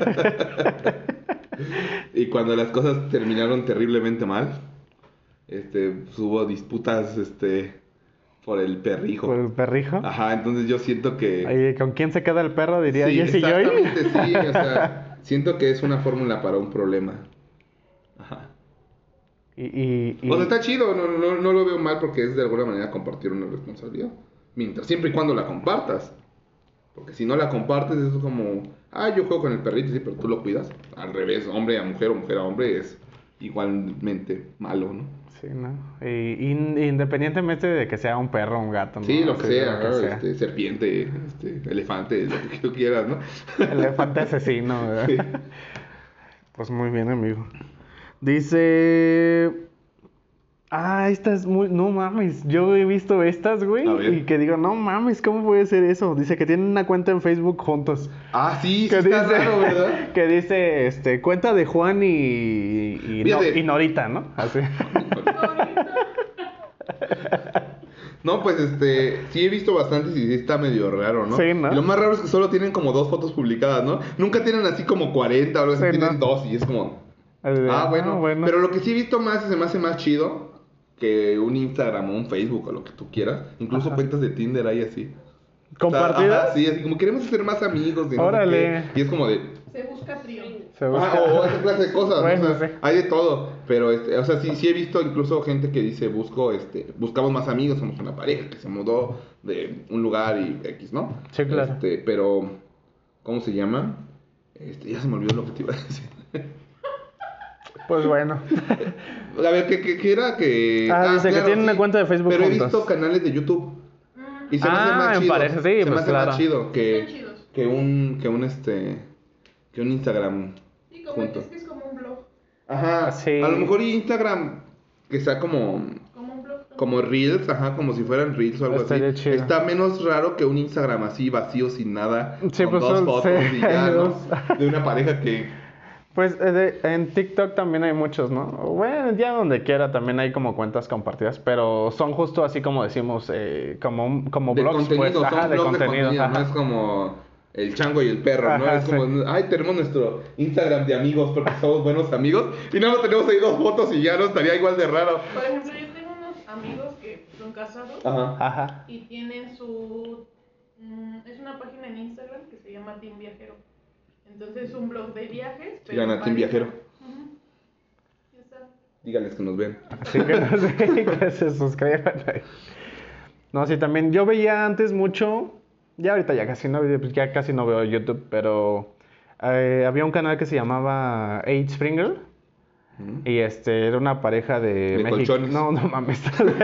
Y cuando las cosas terminaron terriblemente mal, este, pues, hubo disputas, este, por el perrijo. Por el perrijo. Ajá, entonces yo siento que... Ahí, ¿con quién se queda el perro? Diría Sí, Jesse Joy. exactamente, sí, o sea, siento que es una fórmula para un problema. Ajá. Y, y, y- O sea, está chido, no, no, no lo veo mal porque es de alguna manera compartir una responsabilidad. Mientras, siempre y cuando la compartas. Porque si no la compartes, es como, ah, yo juego con el perrito, sí, pero tú lo cuidas. Al revés, hombre a mujer o mujer a hombre es igualmente malo, ¿no? Sí, ¿no? Y, in- independientemente de que sea un perro o un gato, ¿no? Sí, lo que Sí, sea, lo que ¿no? sea. Este, serpiente, este, elefante, lo que tú quieras, ¿no? Elefante asesino, ¿verdad? Sí. Pues muy bien, amigo. Dice Ah, esta es muy... No mames, yo he visto estas, güey, A ver. y que digo, no mames, ¿cómo puede ser eso? Dice que tienen una cuenta en Facebook juntos. Ah, sí, sí Que está dice, raro, ¿verdad? que dice, este, cuenta de Juan y, y, no- Fíjate. y Norita, ¿no? Así. No, pues este, sí he visto bastantes y sí está medio raro, ¿no? Sí, ¿no? Y lo más raro es que solo tienen como dos fotos publicadas, ¿no? Nunca tienen así como cuarenta o algo así, Sí, tienen ¿no? dos y es como... Así de, Ah, bueno. bueno. Pero lo que sí he visto más y se me hace más chido que un Instagram o un Facebook o lo que tú quieras. Incluso Ajá. cuentas de Tinder hay así. ¿Compartidas? Ajá, sí, así como queremos hacer más amigos. De no sé Órale. qué. Y es como de... Se busca trío. Se Ah, busca. o esa clase de cosas, ¿no? Bueno, O sea, sí. hay de todo, pero este, o sea, sí, sí he visto incluso gente que dice, busco, este, buscamos más amigos, somos una pareja que se mudó de un lugar y X, ¿no? Sí, claro. Este, pero, ¿cómo se llama? Este, ya se me olvidó lo que te iba a decir. Pues bueno. A ver, ¿qué, qué, qué era? Que... Ah, dice que tienen una cuenta de Facebook pero he juntos. visto canales de YouTube Mm, y se me Ah, hace más en chido. pareja, sí, se pues me hace claro. más chido que, Están chidos. que un, que un, este, que un Instagram. Sí, como junto. es que es como un blog. Ajá, Sí. a lo mejor Instagram que sea como Como un blog. también. como Reels, ajá, como si fueran Reels o algo Estaría así. chido. Está menos raro que un Instagram así vacío sin nada, Sí, con pues dos son- fotos sí, y ya, ¿no? dos. De una pareja que Pues eh, de- en TikTok también hay muchos, ¿no? Bueno, ya donde quiera también hay como cuentas compartidas, pero son justo así como decimos, eh, como, un- como de blogs, contenido, pues, son ajá, de blogs de contenido, contenido, no ajá. es como el chango y el perro, ¿no? Ajá, Es como, sí. ay, tenemos nuestro Instagram de amigos porque somos buenos amigos y nada más tenemos ahí dos fotos y ya no estaría igual de raro. Por ejemplo, yo tengo unos amigos que son casados Ajá. Ajá. y tienen su... mm, es una página en Instagram que se llama Team Viajero. Entonces es un blog de viajes. pero Sigan a en Team pareja. Viajero. Ujú. Ya está. Díganles que nos ven. Así que no sé, que se suscriban ahí. No, sí, también yo veía antes mucho, ya ahorita ya casi no, pues ya casi no veo YouTube, pero eh, había un canal que se llamaba Eight Springer. Ujú. Y este, era una pareja de, De Mexi- colchones. No, no mames.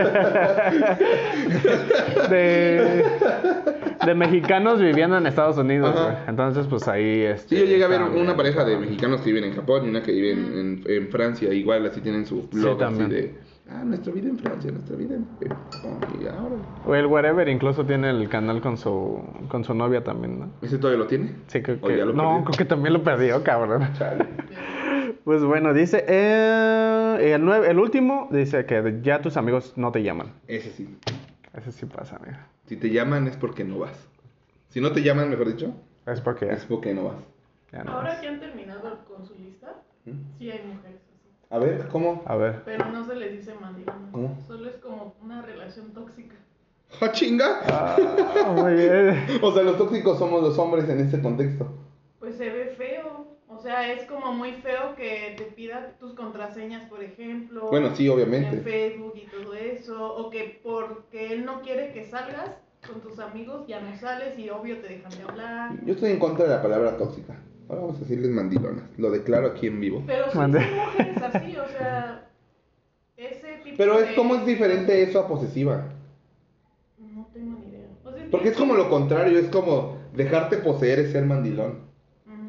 de, de mexicanos viviendo en Estados Unidos, Ajá. güey. Entonces, pues ahí. Este, Sí, yo llegué a ver estaban una bien, pareja de estaban- mexicanos que viven en Japón y una que vive en, en, en Francia. Igual así tienen su blog así también. de, ah, nuestra vida en Francia, nuestra vida en en Japón. Y ahora, O el Wherever incluso tiene el canal con su, con su novia también, ¿no? ¿ese todavía lo tiene? Sí, creo ¿O que. ya lo No, perdió? creo que también lo perdió, cabrón. Chale. Pues bueno, dice. eh, el, nueve- el último dice que ya tus amigos no te llaman. Ese sí. Ese sí pasa, mira. Si te llaman es porque no vas. Si no te llaman, mejor dicho, Es porque ya, es porque no vas. ya no Ahora es. que han terminado con su lista, ¿Mm? sí hay mujeres así. A ver, ¿cómo? A ver. Pero no se les dice mandilona. ¿Cómo? Solo es como una relación tóxica. ¡Ja, chinga! Ah, muy bien. O sea, los tóxicos somos los hombres en este contexto. Pues se ve feo. O sea, es como muy feo que te pida tus contraseñas, por ejemplo. Bueno, sí, obviamente. En Facebook y todo eso. O que porque él no quiere que salgas con tus amigos, ya no sales y obvio te dejan de hablar. Yo estoy en contra de la palabra tóxica. Ahora vamos a decirles mandilonas. Lo declaro aquí en vivo. Pero sí Mande. son mujeres así, o sea, ese tipo Pero de... es como es diferente eso a posesiva. No tengo ni idea. O sea, Porque es como lo contrario, es como dejarte poseer es ser mandilón. Ujú.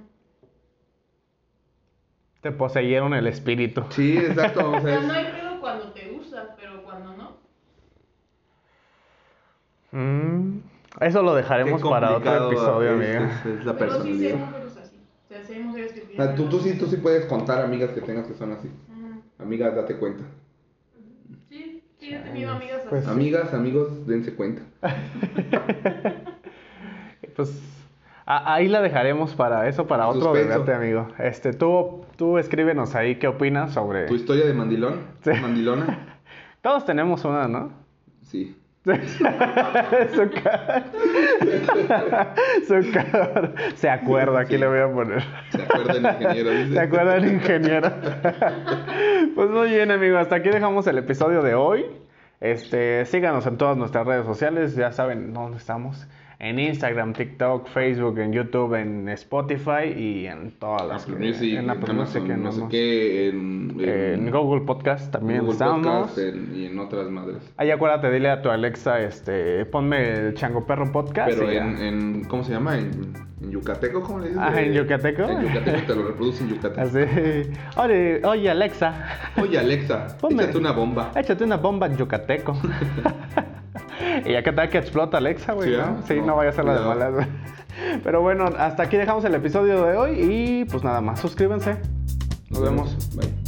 Te poseyeron el espíritu. Sí, exacto. O O sea, sea, es- no hay pedo cuando te gusta, pero cuando no. Mm, eso lo dejaremos qué para otro complicado episodio, es- amiga. Es, es la Pero sí, sí hay personalidad. mujeres así. O sea, sí hay mujeres que O tienen... sea, tú, tú, sí, tú sí puedes contar amigas que tengas que son así. Ujú. Amigas, date cuenta. Sí, sí he tenido amigas así. Pues- Amigas, amigos, dense cuenta. Pues a- ahí la dejaremos para eso, para otro Suspenso. debate, amigo. Este, tú, tú escríbenos ahí qué opinas sobre. ¿Tu historia de mandilón? Sí. ¿Mandilona? Todos tenemos una, ¿no? Sí. Su cara. Su cara. Se acuerda, aquí Sí. le voy a poner. ¿Se acuerda el ingeniero? Dice. ¿Se acuerda el ingeniero? Pues muy bien, amigo. Hasta aquí dejamos el episodio de hoy. Este, síganos en todas nuestras redes sociales. Ya saben dónde estamos. en Instagram, TikTok, Facebook, en YouTube, en Spotify y en todas las Apple que- Music, en Apple Amazon, Music, en no sé Amazon. qué, en, En Google Podcast también Google estamos. Podcast, en- y en otras madres. Ahí acuérdate, dile a tu Alexa, este, ponme el Chango Perro Podcast. Pero y ya. en, en, ¿cómo se llama? En, en yucateco, ¿cómo le dices? Ah, ¿en yucateco? En yucateco te lo reproduce en yucateco. Así. Oye, oye, Alexa, Oye, Alexa, Ponme- échate una bomba. échate una bomba en yucateco. Y ya que tal que explota Alexa, güey, Sí, ¿no? ¿ah? Sí, no, No, vaya a ser la de cuidado. malas, güey. Pero bueno, hasta aquí dejamos el episodio de hoy y pues nada más, suscríbanse. Nos vemos. Bye.